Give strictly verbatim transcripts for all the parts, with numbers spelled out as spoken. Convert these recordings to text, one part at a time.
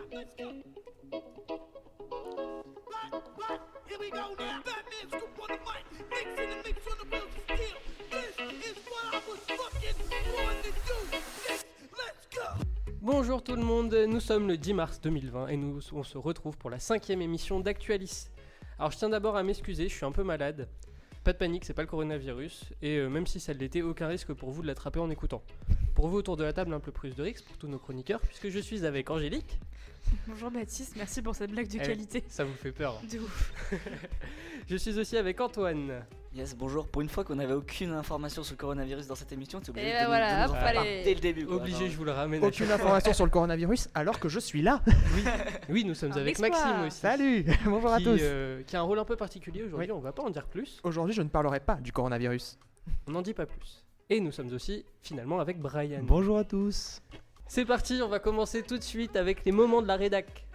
let's go. Right, right, here we go now. Batman scoop on the mic, mix in the mix on the wheels of steel. This is what I was fucking born to do. Next, let's go. Bonjour tout le monde, nous sommes le dix mars deux mille vingt et nous on se retrouve pour la cinquième émission d'Actualis. Alors je tiens d'abord à m'excuser, je suis un peu malade. Pas de panique, c'est pas le coronavirus, et euh, même si ça l'était, aucun risque pour vous de l'attraper en écoutant. Pour vous autour de la table, un peu plus de risque pour tous nos chroniqueurs, puisque je suis avec Angélique. Bonjour Baptiste, merci pour cette blague de Eh, qualité. Ça vous fait peur. De ouf. Je suis aussi avec Antoine. Yes, bonjour. Pour une fois qu'on n'avait aucune information sur le coronavirus dans cette émission, tu es obligé Et de, bah nous- voilà, de nous en hop, faire part allez. dès le début. quoi. Obligé, Enfin, je vous le ramène. à Aucune chaque fois. information sur le coronavirus alors que je suis là. Oui, nous sommes Un avec exploit. Maxime aussi. Salut, bonjour à Qui, tous. euh, qui a un rôle un peu particulier aujourd'hui, on va pas en dire plus. Aujourd'hui, je ne parlerai pas du coronavirus. On n'en dit pas plus. Et nous sommes aussi finalement avec Brian. Bonjour à tous. C'est parti, on va commencer tout de suite avec les moments de la rédac.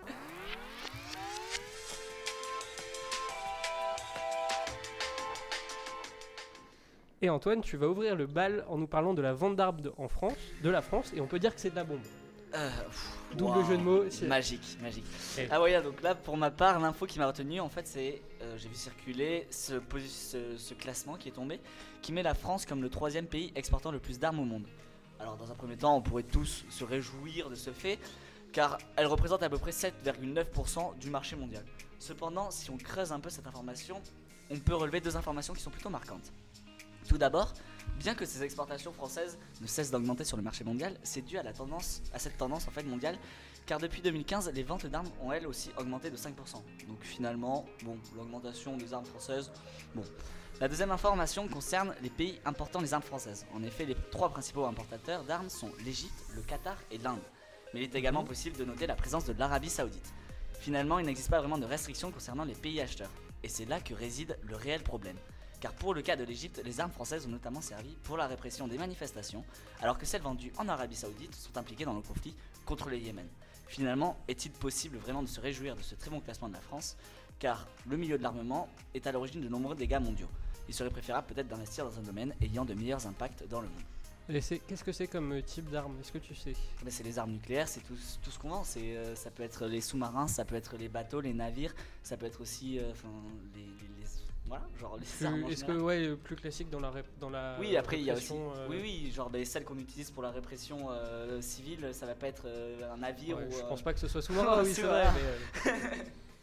Et Antoine, tu vas ouvrir le bal en nous parlant de la vente d'armes de- en France, de la France, et on peut dire que c'est de la bombe. euh, pff, Double waouh, jeu de mots. c'est- Magique, magique. Eh. Ah ouais, donc là, pour ma part, l'info qui m'a retenu, en fait, c'est, euh, j'ai vu circuler ce, posi- ce, ce classement qui est tombé, qui met la France comme le troisième pays exportant le plus d'armes au monde. Alors, dans un premier temps, on pourrait tous se réjouir de ce fait, car elle représente à peu près sept virgule neuf pour cent du marché mondial. Cependant, si on creuse un peu cette information, on peut relever deux informations qui sont plutôt marquantes. Tout d'abord, bien que ces exportations françaises ne cessent d'augmenter sur le marché mondial, c'est dû à la tendance, à cette tendance en fait mondiale, car depuis deux mille quinze, les ventes d'armes ont elles aussi augmenté de cinq pour cent. Donc finalement, bon, l'augmentation des armes françaises, bon. La deuxième information concerne les pays important les armes françaises. En effet, les trois principaux importateurs d'armes sont l'Égypte, le Qatar et l'Inde. Mais il est également possible de noter la présence de l'Arabie Saoudite. Finalement, il n'existe pas vraiment de restrictions concernant les pays acheteurs. Et c'est là que réside le réel problème. Car pour le cas de l'Égypte, les armes françaises ont notamment servi pour la répression des manifestations, alors que celles vendues en Arabie Saoudite sont impliquées dans le conflit contre le Yémen. Finalement, est-il possible vraiment de se réjouir de ce très bon classement de la France, car le milieu de l'armement est à l'origine de nombreux dégâts mondiaux. Il serait préférable peut-être d'investir dans un domaine ayant de meilleurs impacts dans le monde. Et c'est- Qu'est-ce que c'est comme euh, type d'arme? Est-ce que tu sais? Mais c'est les armes nucléaires, c'est tout, tout ce qu'on vend. C'est, euh, ça peut être les sous-marins, ça peut être les bateaux, les navires, ça peut être aussi euh, enfin, les, les, les- voilà, genre les Plus- armes en Est-ce que général. ouais, euh, plus classique dans la rép- dans la Oui, après il y a aussi. répression, euh, Oui, oui, genre ben, celles qu'on utilise pour la répression euh, civile, ça va pas être euh, un navire ouais, ou. je euh, pense pas que ce soit sous-marin, oui c'est vrai. sous-marin. Mais, euh,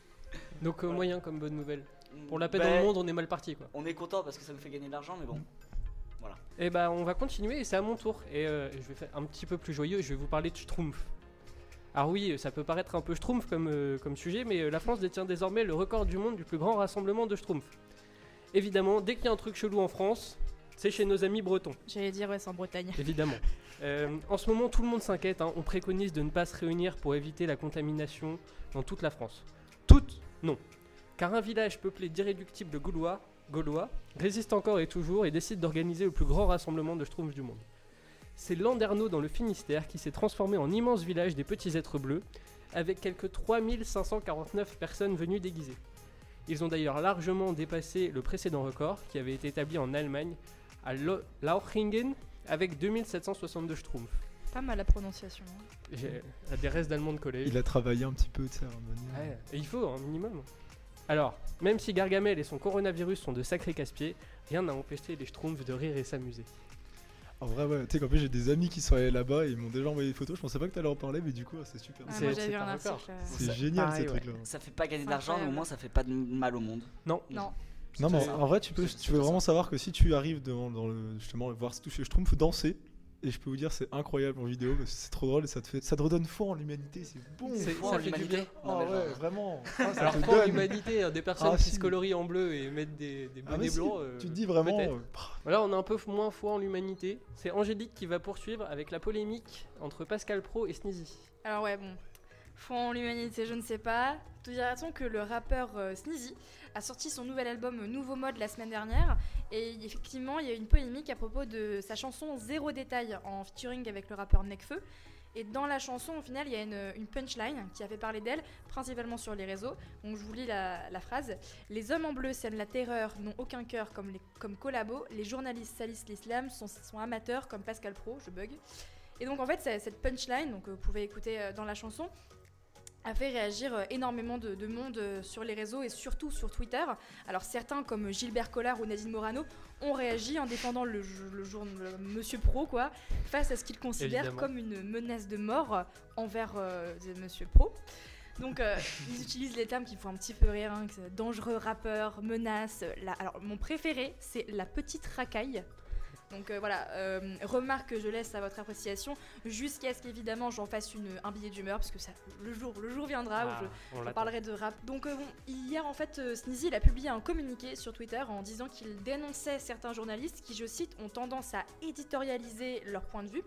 Donc euh, Ouais. moyen comme bonne nouvelle. Pour la paix ben, dans le monde, on est mal parti quoi. On est content parce que ça nous fait gagner de l'argent, mais bon. Voilà. Et bah on va continuer et c'est à mon tour. Et euh, je vais faire un petit peu plus joyeux, je vais vous parler de Schtroumpf. Alors oui, ça peut paraître un peu Schtroumpf comme, euh, comme sujet, mais euh, la France détient désormais le record du monde du plus grand rassemblement de Schtroumpf. Évidemment, dès qu'il y a un truc chelou en France, c'est chez nos amis bretons. J'allais dire, ouais, c'est en Bretagne. Évidemment. Euh, en ce moment, tout le monde s'inquiète. hein. On préconise de ne pas se réunir pour éviter la contamination dans toute la France. Toute Non. Car un village peuplé d'irréductibles Gaulois, Gaulois résiste encore et toujours et décide d'organiser le plus grand rassemblement de Schtroumpfs du monde. C'est Landerneau dans le Finistère qui s'est transformé en immense village des petits êtres bleus, avec quelques trois mille cinq cent quarante-neuf personnes venues déguisées. Ils ont d'ailleurs largement dépassé le précédent record qui avait été établi en Allemagne à Lo- Lauchringen avec deux mille sept cent soixante-deux Schtroumpfs. Pas mal la prononciation. hein. J'ai à des restes d'allemand de collège. Il a travaillé un petit peu de cérémonie. Ouais, et il faut un minimum. Alors, même si Gargamel et son coronavirus sont de sacrés casse-pieds, rien n'a empêché les Schtroumpfs de rire et s'amuser. En vrai, ouais, tu sais qu'en plus j'ai des amis qui sont allés là-bas et ils m'ont déjà envoyé des photos. Je pensais pas que t'allais en parler, mais du coup, c'est super. Ah, C'est- moi c'est j'avais vu un un record. article. euh, C'est Ça- génial pareil, ces ouais. trucs-là. Ça fait pas gagner C'est d'argent, mais au incroyable. moins ça fait pas de mal au monde. Non, Non. Non, mais C'est en ça. vrai, tu peux, C'est- tu c'est peux ça. vraiment savoir que si tu arrives dans, dans le, justement voir tous ces Schtroumpfs danser, et je peux vous dire, c'est incroyable en vidéo, parce que c'est trop drôle et ça te, fait, ça te redonne foi en l'humanité. C'est bon. C'est- Foi ça en fait du l'humanité. bien. Ah Non, mais ouais, genre, vraiment. Ah, ça Alors te pour donne. l'humanité, hein, des personnes Ah, qui si. se colorient en bleu et mettent des, des Ah, bonnets mais si, blancs. euh, tu te dis vraiment. peut-être. euh, pff, Voilà, on a un peu f- moins foi en l'humanité. C'est Angélique qui va poursuivre avec la polémique entre Pascal Pro et Sneezy. Alors ouais, bon. Foi en l'humanité, je ne sais pas. Tout dira-t-on que le rappeur euh, Sneezy a sorti son nouvel album euh, Nouveau Mode la semaine dernière. Et effectivement, il y a eu une polémique à propos de sa chanson Zéro Détail en featuring avec le rappeur Nekfeu. Et dans la chanson, au final, il y a une, une punchline qui a fait parler d'elle, principalement sur les réseaux. Donc je vous lis la, la phrase. Les hommes en bleu sèment la terreur, n'ont aucun cœur comme, les, comme collabo. Les journalistes salissent l'islam, sont, sont amateurs comme Pascal Pro, je bug. Et donc en fait, c'est- cette punchline, donc, euh, vous pouvez écouter euh, dans la chanson, a fait réagir euh, énormément de, de monde euh, sur les réseaux et surtout sur Twitter. Alors certains comme Gilbert Collard ou Nadine Morano ont réagi en défendant le, le, jour, le Monsieur Pro quoi, face à ce qu'ils considèrent Évidemment. comme une menace de mort envers euh, Monsieur Pro. Donc euh, ils utilisent les termes qui font un petit peu rire, hein, que c'est dangereux rappeur, menace. La... Alors mon préféré c'est la petite racaille. Donc euh, voilà, euh, remarque que je laisse à votre appréciation, jusqu'à ce qu'évidemment j'en fasse une, un billet d'humeur, parce que ça, le, jour, le jour viendra où Ah, je, on on l'attend. parlerait de rap. Donc euh, bon, hier en fait, euh, Sneezy il a publié un communiqué sur Twitter en disant qu'il dénonçait certains journalistes qui, je cite, ont tendance à éditorialiser leur point de vue.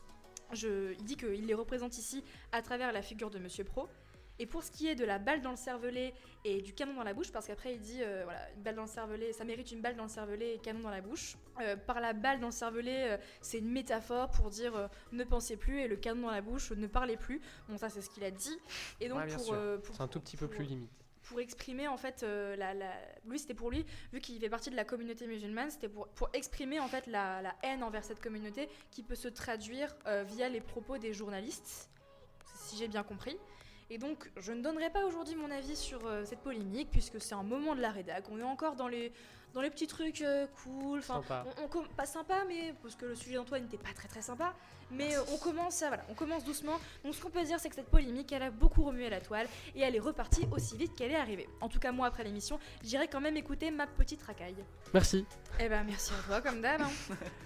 Je, il dit qu'il les représente ici à travers la figure de Monsieur Pro. Et pour ce qui est de la balle dans le cervelet et du canon dans la bouche, parce qu'après il dit euh, voilà, une balle dans le cervelet, ça mérite une balle dans le cervelet et canon dans la bouche. Euh, par la balle dans le cervelet, euh, c'est une métaphore pour dire euh, ne pensez plus, et le canon dans la bouche, ne parlez plus. Bon, ça c'est ce qu'il a dit. Et donc Ouais, bien pour, sûr. euh, pour C'est un tout petit peu pour- plus limite. pour exprimer en fait euh, la, la... lui c'était pour lui, vu qu'il fait partie de la communauté musulmane, c'était pour, pour exprimer en fait la, la haine envers cette communauté qui peut se traduire euh, via les propos des journalistes, si j'ai bien compris. Et donc je ne donnerai pas aujourd'hui mon avis sur euh, cette polémique, puisque c'est un moment de la rédac, on est encore dans les, dans les petits trucs euh, cool, enfin Sympa. on, on com- pas sympa, mais parce que le sujet d'Antoine n'était pas très très sympa, mais euh, on commence à, voilà, on commence doucement. Donc ce qu'on peut dire, c'est que cette polémique, elle a beaucoup remué la toile et elle est repartie aussi vite qu'elle est arrivée. En tout cas, moi après l'émission, j'irai quand même écouter ma petite racaille. Merci. Eh ben merci à toi comme d'hab. Hein.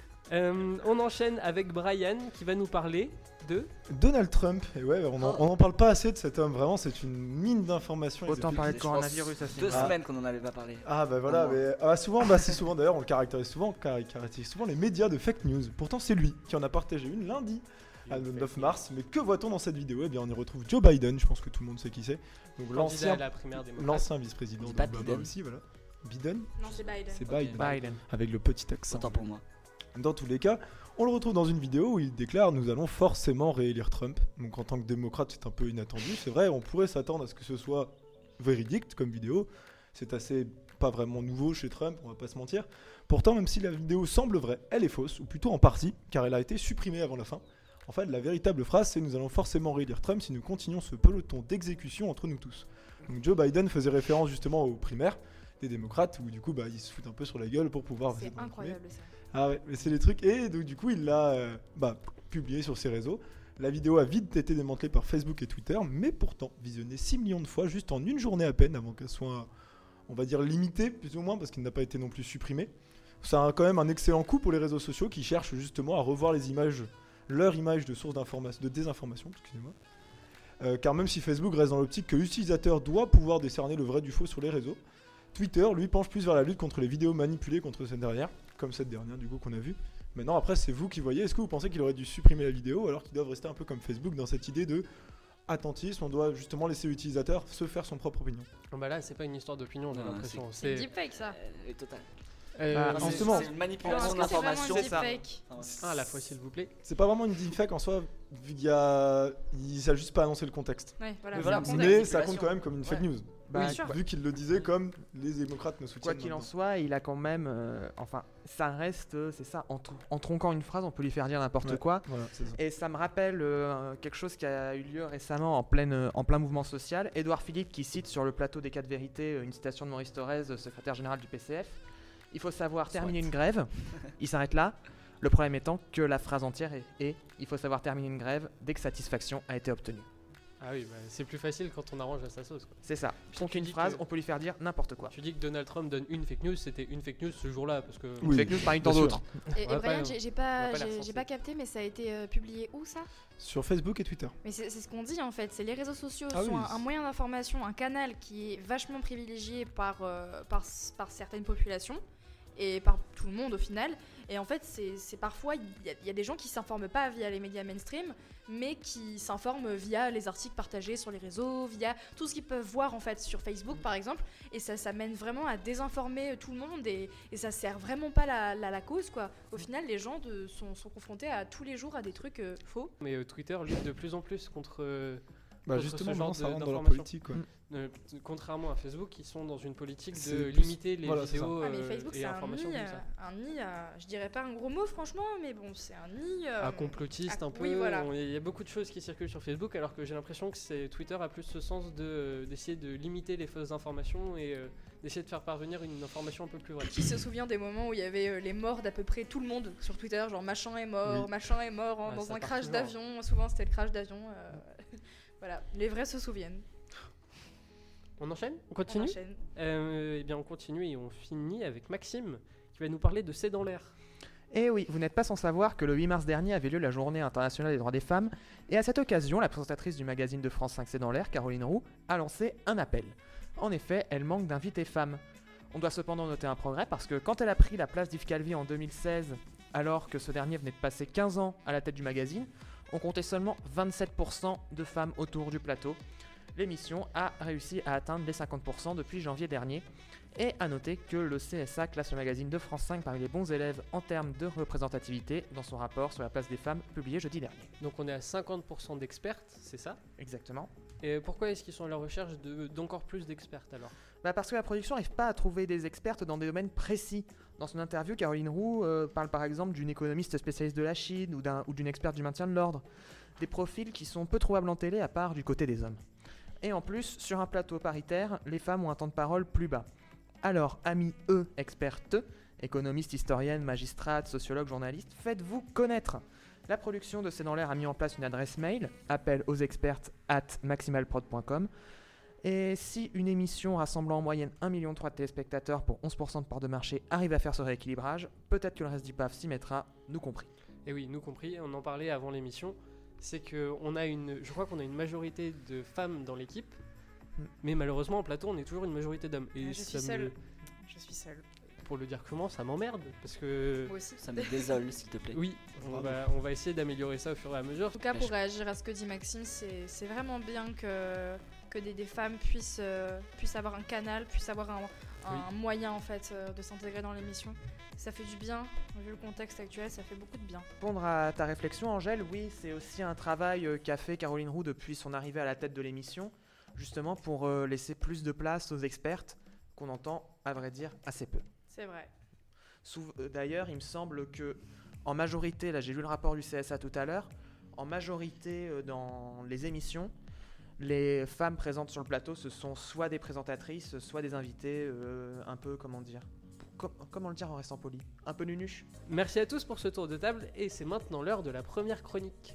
Euh, on enchaîne avec Brian qui va nous parler de... Donald Trump, et ouais, on en, Oh. on en parle pas assez de cet homme, vraiment, c'est une mine d'informations. Autant Depuis- parler de Je pense coronavirus à ce Deux niveau. semaines qu'on en avait pas parlé. Ah bah voilà, Au moins. mais ah, souvent, bah, c'est souvent d'ailleurs, on le caractérise souvent, on caractérise souvent les médias de fake news. Pourtant, c'est lui qui en a partagé une lundi, à le neuf mars. Mais que voit-on dans cette vidéo? Eh bien, on y retrouve Joe Biden, je pense que tout le monde sait qui c'est. Donc Candidat l'ancien, à la primaire démocrate. l'ancien vice-président On dit pas d'Obama Biden. aussi, voilà. Biden, Non, c'est Biden. c'est Ok. Biden, Biden. avec le petit accent. Autant pour moi. Dans tous les cas, on le retrouve dans une vidéo où il déclare: nous allons forcément réélire Trump. Donc en tant que démocrate, c'est un peu inattendu. C'est vrai, on pourrait s'attendre à ce que ce soit véridique comme vidéo. C'est assez pas vraiment nouveau chez Trump, on va pas se mentir. Pourtant, même si la vidéo semble vraie, elle est fausse, ou plutôt en partie, car elle a été supprimée avant la fin. En fait, la véritable phrase, c'est: nous allons forcément réélire Trump si nous continuons ce peloton d'exécution entre nous tous. Donc Joe Biden faisait référence justement aux primaires des démocrates, où du coup, bah, ils se foutent un peu sur la gueule pour pouvoir C'est venir dans les premiers. incroyable ça. Ah ouais, mais c'est les trucs. Et donc, du coup, il l'a euh, bah, publié sur ses réseaux. La vidéo a vite été démantelée par Facebook et Twitter, mais pourtant visionnée six millions de fois juste en une journée à peine, avant qu'elle soit, on va dire, limitée, plus ou moins, parce qu'il n'a pas été non plus supprimé. Ça a quand même un excellent coup pour les réseaux sociaux qui cherchent justement à revoir les images, leur image de source d'information, de désinformation, excusez-moi. Euh, car même si Facebook reste dans l'optique que l'utilisateur doit pouvoir décerner le vrai du faux sur les réseaux, Twitter, lui, penche plus vers la lutte contre les vidéos manipulées contre cette dernière, comme cette dernière du coup qu'on a vue. Maintenant, après, c'est vous qui voyez. Est-ce que vous pensez qu'il aurait dû supprimer la vidéo alors qu'ils doivent rester un peu comme Facebook dans cette idée de attentisme, on doit justement laisser l'utilisateur se faire son propre opinion? Oh bah là, c'est pas une histoire d'opinion, j'ai Non, l'impression. C'est C'est... deepfake ça. Euh, et total. Euh, Bah, Enfin, en c'est- justement. C'est une Alors, manipulation est-ce que c'est vraiment d'information. un c'est ça. deepfake? Enfin, ouais. Ah, la fois, s'il vous plaît. C'est pas vraiment une deepfake en soi, vu qu'il y a... il s'est juste pas annoncé le contexte. Ouais, voilà. Mais c'est voilà, un c'est contexte. Mais ça manipulation. compte quand même comme une fake Ouais. news. Bah, Oui, sûr. Vu qu'il le disait comme les démocrates me soutiennent. Quoi qu'il en maintenant. soit, il a quand même. euh, enfin, ça reste. euh, c'est ça. En, tr- en tronquant une phrase, on peut lui faire dire n'importe Ouais. quoi. Voilà, c'est ça. Et ça me rappelle euh, quelque chose qui a eu lieu récemment en, pleine, euh, en plein mouvement social. Édouard Philippe qui cite sur le plateau des quatre vérités euh, une citation de Maurice Thorez, euh, secrétaire général du P C F. Il faut savoir terminer une grève. Il s'arrête là. Le problème étant que la phrase entière est, est il faut savoir terminer une grève dès que satisfaction a été obtenue. Ah oui, bah, c'est plus facile quand on arrange à sa sauce, quoi. C'est ça. Puis Donc tu une dis phrase, que- on peut lui faire dire n'importe quoi. Tu dis que Donald Trump donne une fake news, c'était une fake news ce jour-là, parce que... Oui. Fake news parmi tant bien sûr. d'autres. Et, et On va Brian, pas- j'ai j'ai on pas, va pas les j'ai- j'ai recenser. pas capté, mais ça a été euh, publié où ça? Sur Facebook et Twitter. Mais c'est c'est ce qu'on dit en fait, c'est les réseaux sociaux Ah sont oui, un, un c'est- moyen d'information, un canal qui est vachement privilégié par, euh, par, par certaines populations et par tout le monde au final. Et en fait, c'est c'est parfois, il y, a- il y a des gens qui s'informent pas via les médias mainstream, mais qui s'informent via les articles partagés sur les réseaux, via tout ce qu'ils peuvent voir en fait sur Facebook par exemple. Et ça, ça mène vraiment à désinformer tout le monde et, et ça sert vraiment pas la, la, la cause quoi. Au final, les gens de, sont, sont confrontés à tous les jours à des trucs euh, faux. Mais euh, Twitter lutte de plus en plus contre, euh, Bah contre justement, ce genre non, ça de- rentre dans leur d'informations. politique. quoi. Mm. Euh, contrairement à Facebook, ils sont dans une politique de C'est plus- limiter les voilà, c'est vidéos Ah, mais euh, Facebook, et c'est un informations nid, comme euh, ça. un nid à- je dirais pas un gros mot franchement, mais bon, c'est un nid. euh, À complotiste à- un peu. oui, voilà. on- Il y a beaucoup de choses qui circulent sur Facebook, alors que j'ai l'impression que c'est Twitter a plus ce sens de d'essayer de limiter les fausses informations et euh, d'essayer de faire parvenir une information un peu plus vraie. Qui se souvient des moments où il y avait euh, les morts d'à peu près tout le monde sur Twitter, genre machin est mort, Oui. machin est mort en- Ah, dans ça un part crash toujours. d'avion. Souvent c'était le crash d'avion. euh, voilà, les vrais se souviennent. On enchaîne On On continue enchaîne. Euh, Eh bien, on continue et on finit avec Maxime qui va nous parler de C'est dans l'air. Et oui, vous n'êtes pas sans savoir que le huit mars dernier avait lieu la journée internationale des droits des femmes, et à cette occasion, la présentatrice du magazine de France cinq C'est dans l'air, Caroline Roux, a lancé un appel. En effet, elle manque d'invités femmes. On doit cependant noter un progrès parce que quand elle a pris la place d'Yves Calvi en deux mille seize, alors que ce dernier venait de passer quinze ans à la tête du magazine, on comptait seulement vingt-sept pour cent de femmes autour du plateau. L'émission a réussi à atteindre les cinquante pour cent depuis janvier dernier. Et à noter que le C S A classe le magazine de France cinq parmi les bons élèves en termes de représentativité dans son rapport sur la place des femmes publié jeudi dernier. Donc on est à cinquante pour cent d'expertes, c'est ça? Exactement. Et pourquoi est-ce qu'ils sont à la recherche de- d'encore plus d'expertes alors? Bah parce que la production n'arrive pas à trouver des expertes dans des domaines précis. Dans son interview, Caroline Roux euh, parle par exemple d'une économiste spécialiste de la Chine ou d'un- ou d'une experte du maintien de l'ordre. Des profils qui sont peu trouvables en télé à part du côté des hommes. Et en plus, sur un plateau paritaire, les femmes ont un temps de parole plus bas. Alors, amis eux, expertes, économistes, historiennes, magistrates, sociologues, journalistes, faites-vous connaître. La production de C'est dans l'air a mis en place une adresse mail, appel aux expertes at maximalprod point com. Et si une émission rassemblant en moyenne un virgule trois million de téléspectateurs pour onze pour cent de part de marché arrive à faire ce rééquilibrage, peut-être que le reste du P A F s'y mettra, nous compris. Et oui, nous compris, on en parlait avant l'émission, c'est que on a une, je crois qu'on a une majorité de femmes dans l'équipe, Mm. mais malheureusement en plateau on est toujours une majorité d'hommes. Et Ah, je ça suis me- seule. Je suis seule. pour le dire comment, ça m'emmerde parce que Moi aussi. Ça me désole, s'il te plaît. oui, on Bravo. va, on va essayer d'améliorer ça au fur et à mesure. En tout cas, Mais pour je- réagir à ce que dit Maxime, c'est c'est vraiment bien que, que des, des femmes puissent, euh, puissent avoir un canal, puissent avoir un, un moyen en fait euh, de s'intégrer dans l'émission. Ça fait du bien, vu le contexte actuel, ça fait beaucoup de bien. Pour répondre à ta réflexion, Angèle, oui, c'est aussi un travail euh, qu'a fait Caroline Roux depuis son arrivée à la tête de l'émission, justement pour euh, laisser plus de place aux expertes qu'on entend, à vrai dire, assez peu. C'est vrai. Souv- euh, D'ailleurs, il me semble que en majorité, là j'ai lu le rapport du C S A tout à l'heure, en majorité euh, dans les émissions, les femmes présentes sur le plateau, ce sont soit des présentatrices, soit des invités, euh, un peu, comment dire, com- comment le dire en restant poli, un peu nunuche. Merci à tous pour ce tour de table et c'est maintenant l'heure de la première chronique.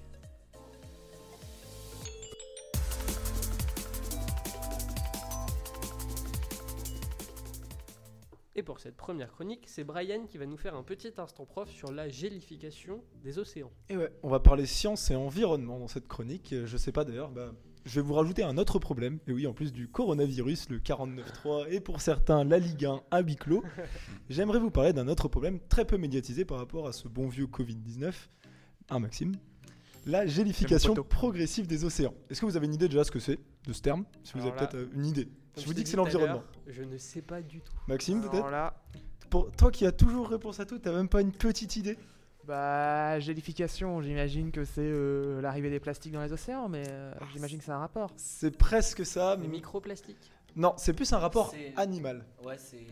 Et pour cette première chronique, c'est Brian qui va nous faire un petit instant prof sur la gélification des océans. Et ouais, on va parler science et environnement dans cette chronique. Euh, Je sais pas d'ailleurs, bah, je vais vous rajouter un autre problème. Et oui, en plus du coronavirus, le quarante-neuf trois et pour certains la Ligue un à huis clos, j'aimerais vous parler d'un autre problème très peu médiatisé par rapport à ce bon vieux covid dix-neuf. Hein, Maxime? La gélification C'est mon poteau. progressive des océans. Est-ce que vous avez une idée déjà ce que c'est de ce terme? Si vous Alors avez là, peut-être euh, une idée. Comme Je vous t'ai dis que c'est tout à l'environnement. l'heure, Je ne sais pas du tout. Maxime, Alors peut-être? là, Pour toi qui as toujours réponse à tout, t'as même pas une petite idée? bah, gélification, j'imagine que c'est euh, l'arrivée des plastiques dans les océans, mais euh, j'imagine que c'est un rapport. C'est presque ça. Les mais- microplastiques. Non, c'est plus un rapport C'est- animal. Ouais, c'est.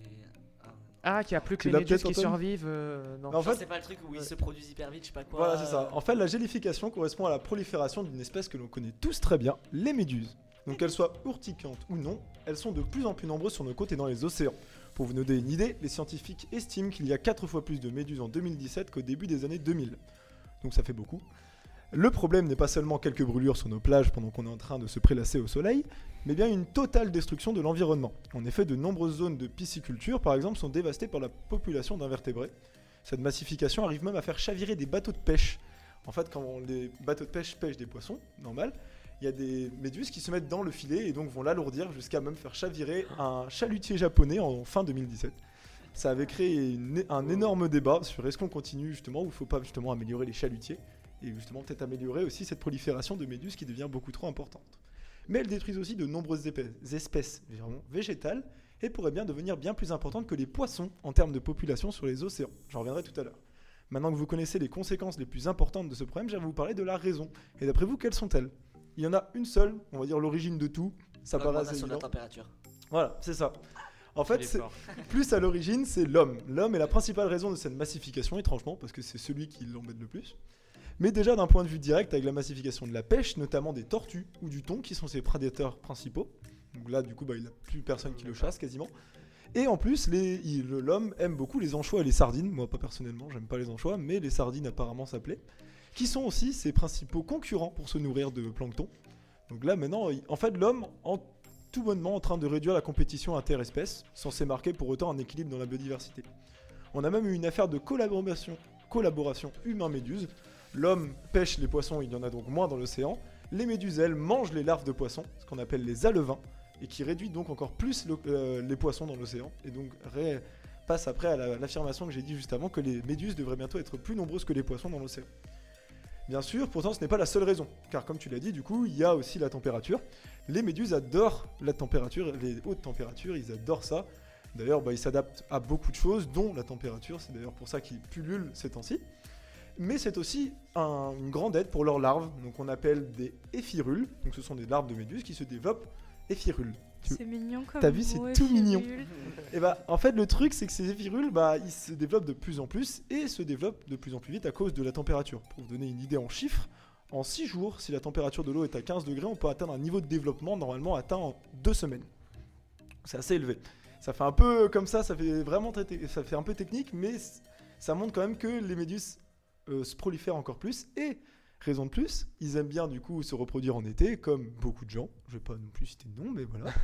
Ah, qu'il n'y a plus que Tu les l'as méduses peut-être, qui Antoine survivent. euh, non. Mais en Genre, fait, c'est pas le truc où ils ouais. se produisent hyper vite, je sais pas quoi. Voilà, c'est ça. En fait, la gélification correspond à la prolifération d'une espèce que l'on connaît tous très bien, les méduses. Donc qu'elles soient urticantes ou non, elles sont de plus en plus nombreuses sur nos côtes et dans les océans. Pour vous donner une idée, les scientifiques estiment qu'il y a quatre fois plus de méduses en deux mille dix-sept qu'au début des années deux mille. Donc ça fait beaucoup. Le problème n'est pas seulement quelques brûlures sur nos plages pendant qu'on est en train de se prélasser au soleil, mais bien une totale destruction de l'environnement. En effet, de nombreuses zones de pisciculture, par exemple, sont dévastées par la population d'invertébrés. Cette massification arrive même à faire chavirer des bateaux de pêche. En fait, quand on- les bateaux de pêche pêchent des poissons, normal, il y a des méduses qui se mettent dans le filet et donc vont l'alourdir jusqu'à même faire chavirer un chalutier japonais en fin deux mille dix-sept. Ça avait créé une- un énorme débat sur est-ce qu'on continue justement ou il ne faut pas justement améliorer les chalutiers et justement peut-être améliorer aussi cette prolifération de méduses qui devient beaucoup trop importante. Mais elles détruisent aussi de nombreuses épais- espèces vraiment végétales et pourraient bien devenir bien plus importantes que les poissons en termes de population sur les océans. J'en reviendrai tout à l'heure. Maintenant que vous connaissez les conséquences les plus importantes de ce problème, j'aimerais vous parler de la raison. Et d'après vous, quelles sont-elles? il y en a une seule, on va dire l'origine de tout. Ça paraît assez L'augmentation de la évident. température. Voilà, c'est ça. En Il fait, est c'est- fort. plus à l'origine, c'est l'homme. L'homme est la principale raison de cette massification, étrangement, parce que c'est celui qui l'embête le plus. Mais déjà d'un point de vue direct, avec la massification de la pêche, notamment des tortues ou du thon, qui sont ses prédateurs principaux. Donc là, du coup, bah, il n'y a plus personne qui le chasse quasiment. Et en plus, les- il- l'homme aime beaucoup les anchois et les sardines. Moi, pas personnellement, j'aime pas les anchois, mais les sardines apparemment ça plaît. Qui sont aussi ses principaux concurrents pour se nourrir de plancton. Donc là, maintenant, il- en fait, l'homme, en tout bonnement, en train de réduire la compétition interespèces, censé marquer pour autant un équilibre dans la biodiversité. On a même eu une affaire de collaboration, collaboration humain-méduse. L'homme pêche les poissons, il y en a donc moins dans l'océan. Les méduses, elles, mangent les larves de poissons, ce qu'on appelle les alevins, et qui réduit donc encore plus le- euh, les poissons dans l'océan. Et donc ré- passe après à la- l'affirmation que j'ai dit juste avant, que les méduses devraient bientôt être plus nombreuses que les poissons dans l'océan. Bien sûr, pourtant ce n'est pas la seule raison, car comme tu l'as dit, du coup, il y a aussi la température. Les méduses adorent la température, les hautes températures, ils adorent ça. D'ailleurs, bah, ils s'adaptent à beaucoup de choses, dont la température, c'est d'ailleurs pour ça qu'ils pullulent ces temps-ci. Mais c'est aussi un- une grande aide pour leurs larves, donc on appelle des éphirules, donc ce sont des larves de méduses qui se développent éphirules. Tu- C'est mignon comme T'as vu, c'est mot, tout mignon. épirule. Et bah, en fait, le truc, c'est que ces éphirules, bah, ils se développent de plus en plus et se développent de plus en plus vite à cause de la température. Pour vous donner une idée en chiffres, en six jours, si la température de l'eau est à quinze degrés, on peut atteindre un niveau de développement normalement atteint en deux semaines. C'est assez élevé. Ça fait un peu comme ça, ça fait vraiment très te- ça fait un peu technique, mais c- ça montre quand même que les méduses euh, se prolifèrent encore plus et raison de plus, ils aiment bien du coup se reproduire en été, comme beaucoup de gens. Je vais pas non plus citer de nom, mais voilà.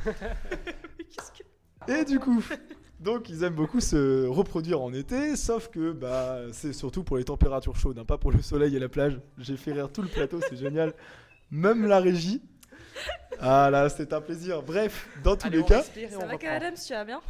Et du coup, donc ils aiment beaucoup se reproduire en été, sauf que bah c'est surtout pour les températures chaudes, hein, pas pour le soleil et la plage. J'ai fait rire tout le plateau, c'est génial. Même la régie. Ah là, c'est un plaisir. Bref, dans tous Allez, les on cas, respire et Ça on va, reprend. Kev Adams, tu vas bien?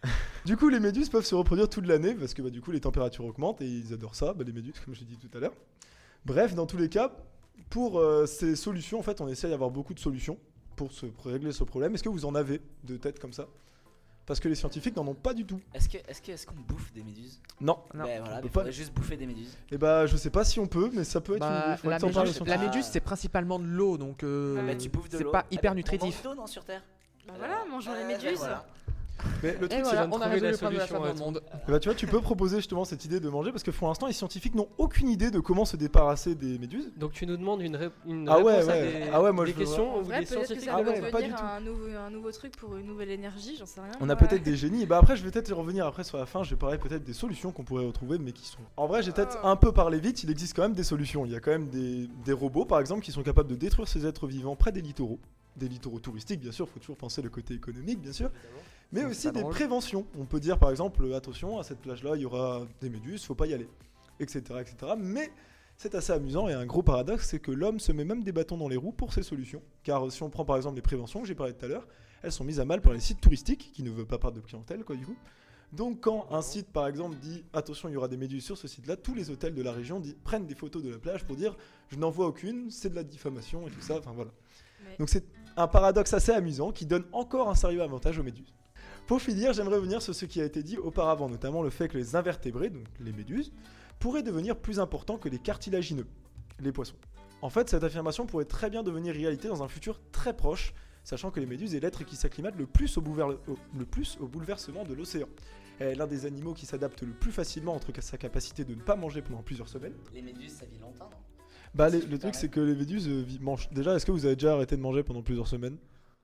du coup les méduses peuvent se reproduire toute l'année parce que bah, du coup les températures augmentent et ils adorent ça, bah, les méduses comme j'ai dit tout à l'heure. Bref, dans tous les cas, pour euh, ces solutions, en fait, on essaie d'avoir beaucoup de solutions pour, se, pour régler ce problème. Est-ce que vous en avez de tête comme ça? Parce que les scientifiques n'en ont pas du tout. Est-ce que est-ce que est-ce qu'on bouffe des méduses? Non. Non, Ben voilà, peut il pas. faudrait juste bouffer des méduses. Et bah je sais pas si on peut, mais ça peut être Bah, une idée. Faudrait la, que t'en parles aux méduse, la scientifiques. méduse, c'est principalement de l'eau, donc euh, Ah, Mais tu bouffes de c'est l'eau. pas Eh hyper ben, nutritif. On mange d'eau non sur Terre. Bah voilà, mangeons les Euh, méduses. ben voilà. Mais le Et truc, voilà, viens de on a trouver résolu la le problème de la solution faim à dans le monde. Eh bah, tu vois, tu peux proposer justement cette idée de manger parce que pour l'instant, les scientifiques n'ont aucune idée de comment se débarrasser des méduses. Donc tu nous demandes une, ré- une Ah ouais, réponse ouais. à des, Ah ouais, moi, des je veux questions En ou vrai, des peut-être que scientifiques ça Ah peut ouais, pas du devenir tout. un nouveau, un nouveau truc pour une nouvelle énergie, j'en sais rien. On a moi. peut-être des génies. Et bah après, je vais peut-être y revenir après sur la fin. Je vais parler peut-être des solutions qu'on pourrait retrouver, mais qui sont. En vrai, j'ai peut-être Ah. un peu parlé vite. Il existe quand même des solutions. Il y a quand même des, des robots, par exemple, qui sont capables de détruire ces êtres vivants près des littoraux. Des littoraux touristiques, bien sûr. Faut toujours penser le côté économique, bien sûr. Mais C'est aussi pas des drôle. préventions. On peut dire, par exemple, attention, à cette plage-là, il y aura des méduses. Faut pas y aller, et cetera, et cetera. Mais c'est assez amusant et un gros paradoxe, c'est que l'homme se met même des bâtons dans les roues pour ces solutions. Car si on prend par exemple les préventions que j'ai parlé tout à l'heure, elles sont mises à mal par les sites touristiques qui ne veulent pas perdre de clientèle, quoi, du coup. Donc quand un site par exemple dit attention il y aura des méduses sur ce site-là, tous les hôtels de la région dit- prennent des photos de la plage pour dire je n'en vois aucune, c'est de la diffamation et tout ça, enfin voilà. Mais- Donc c'est un paradoxe assez amusant qui donne encore un sérieux avantage aux méduses. Pour finir, j'aimerais revenir sur ce qui a été dit auparavant, notamment le fait que les invertébrés, donc les méduses, pourraient devenir plus importants que les cartilagineux, les poissons. En fait, cette affirmation pourrait très bien devenir réalité dans un futur très proche, sachant que les méduses est l'être qui s'acclimate le plus au, boulever- au- le plus au bouleversement de l'océan. Elle est l'un des animaux qui s'adapte le plus facilement entre sa capacité de ne pas manger pendant plusieurs semaines. Les méduses, ça vit longtemps, non? Bah, les- Si je le peux truc, me c'est que les méduses euh, vi- mangent. Déjà, est-ce que vous avez déjà arrêté de manger pendant plusieurs semaines?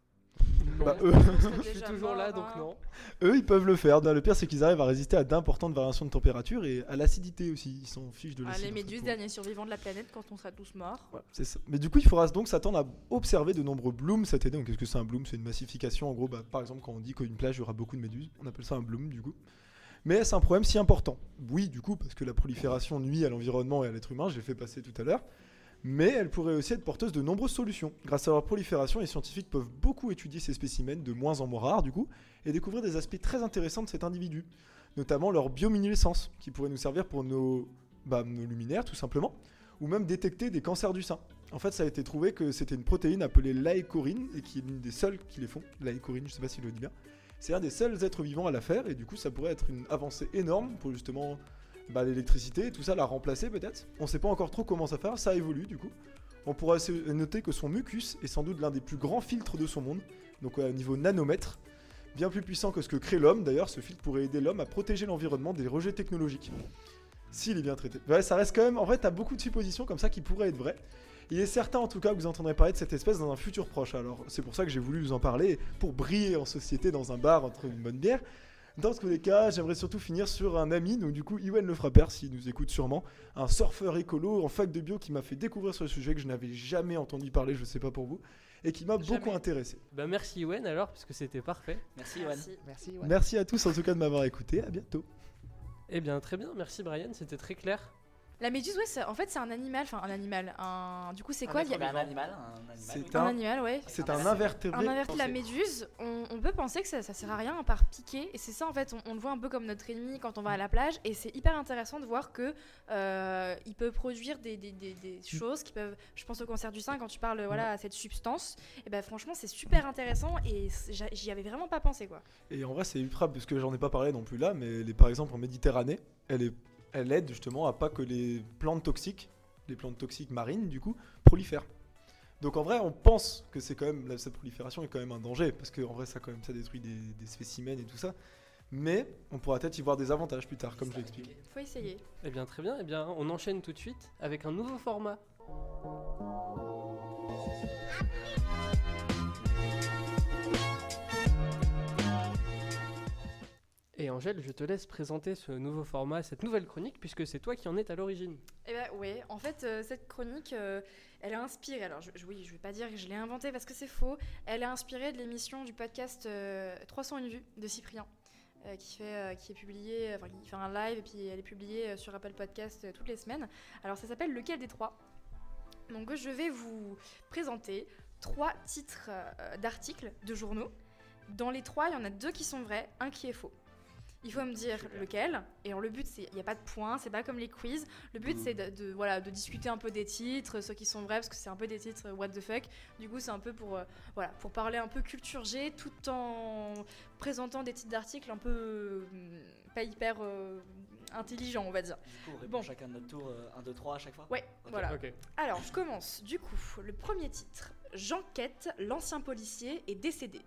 Bah, eux, Je suis toujours là, donc non. eux, ils peuvent le faire. Le pire, c'est qu'ils arrivent à résister à d'importantes variations de température et à l'acidité aussi. Ils s'en fichent de Ah, l'acide. les en fait, méduses, pour- derniers survivants de la planète quand on sera tous morts. Voilà, c'est ça. Mais du coup, il faudra donc s'attendre à observer de nombreux blooms cette année. Donc, qu'est-ce que c'est un bloom? C'est une massification. En gros, bah, par exemple, quand on dit qu'une plage, il y aura beaucoup de méduses, on appelle ça un bloom, du coup. Mais c'est un problème si important. Oui, du coup, parce que la prolifération nuit à l'environnement et à l'être humain, je l'ai fait passer tout à l'heure. Mais elle pourrait aussi être porteuse de nombreuses solutions. Grâce à leur prolifération, les scientifiques peuvent beaucoup étudier ces spécimens de moins en moins rares, du coup, et découvrir des aspects très intéressants de cet individu. Notamment leur bioluminescence, qui pourrait nous servir pour nos, bah, nos luminaires, tout simplement, ou même détecter des cancers du sein. En fait, ça a été trouvé que c'était une protéine appelée l'aécorine, et qui est l'une des seules qui les font. L'aécorine, je sais pas si je le dis bien. C'est un des seuls êtres vivants à la faire, et du coup, ça pourrait être une avancée énorme pour justement bah, l'électricité et tout ça, la remplacer peut-être. On sait pas encore trop comment ça faire, ça évolue du coup. On pourra aussi noter que son mucus est sans doute l'un des plus grands filtres de son monde, donc au niveau nanomètre. Bien plus puissant que ce que crée l'homme, d'ailleurs, ce filtre pourrait aider l'homme à protéger l'environnement des rejets technologiques. S'il est bien traité. Ouais, ça reste quand même... En fait, t'as beaucoup de suppositions comme ça qui pourraient être vraies. Il est certain en tout cas que vous entendrez parler de cette espèce dans un futur proche. Alors c'est pour ça que j'ai voulu vous en parler, pour briller en société dans un bar entre une bonne bière. Dans tous les cas, j'aimerais surtout finir sur un ami, donc du coup Iwen Le Frapper, s'il nous écoute sûrement, un surfeur écolo en fac de bio qui m'a fait découvrir ce sujet que je n'avais jamais entendu parler, je sais pas pour vous, et qui m'a Jamais. beaucoup intéressé. Bah merci Ewen alors, parce que c'était parfait. Merci, Yoann. Merci. Merci. Ouais. Merci à tous en tout cas de m'avoir écouté, à bientôt. Eh bien très bien, merci Brian, c'était très clair. La méduse, ouais, c'est- en fait, c'est un animal. Enfin, un animal. Un... Du coup, c'est Un quoi il y a- Mais un animal, un animal. C'est oui. Un un- animal, ouais. C'est Un un invertébré. Un invertébré, la méduse, on, on peut penser que ça, ça sert à rien à part piquer. Et c'est ça, en fait, on, on le voit un peu comme notre ennemi quand on va à la plage. Et c'est hyper intéressant de voir que euh, il peut produire des, des, des, des choses qui peuvent. Je pense au cancer du sein quand tu parles voilà, à cette substance. Et ben franchement, c'est super intéressant et c'est- j'a- j'y avais vraiment pas pensé, quoi. Et en vrai, c'est ultra, parce que j'en ai pas parlé non plus là, mais elle est, par exemple en Méditerranée, elle, est, elle aide justement à pas que les plantes toxiques, les plantes toxiques marines du coup, prolifèrent. Donc en vrai, on pense que c'est quand même, la, cette prolifération est quand même un danger, parce que en vrai, ça quand même, ça détruit des, des spécimens et tout ça. Mais on pourra peut-être y voir des avantages plus tard, comme je l'ai expliqué. Faut essayer. Eh bien très bien, eh bien on enchaîne tout de suite avec un nouveau format. Et Angèle, je te laisse présenter ce nouveau format, cette nouvelle chronique, puisque c'est toi qui en es à l'origine. Eh ben ouais, en fait, euh, cette chronique, euh, elle est inspirée. Alors, je, je- oui, je vais pas dire que je l'ai inventée parce que c'est faux. Elle est inspirée de l'émission du podcast euh, trois cent une vues de Cyprien, euh, qui fait, euh, qui est publié, enfin, qui fait un live et puis elle est publiée euh, sur Apple Podcast euh, toutes les semaines. Alors, ça s'appelle Lequel des trois. Donc, je vais vous présenter trois titres euh, d'articles de journaux. Dans les trois, il y en a deux qui sont vrais, un qui est faux. Il faut me dire lequel, et alors, le but, c'est il n'y a pas de points, c'est pas comme les quiz. Le but, Mhm. c'est de, de, voilà, de discuter un peu des titres, ceux qui sont vrais, parce que c'est un peu des titres euh, what the fuck. Du coup, c'est un peu pour, euh, voilà, pour parler un peu culture G, tout en présentant des titres d'articles un peu euh, pas hyper euh, intelligents, on va dire. Du coup, on répond Bon. chacun de notre tour, un, deux, trois à chaque fois. Ouais, Ok. voilà. Ok. Alors, je commence. Du coup, le premier titre, J'enquête, l'ancien policier est décédé.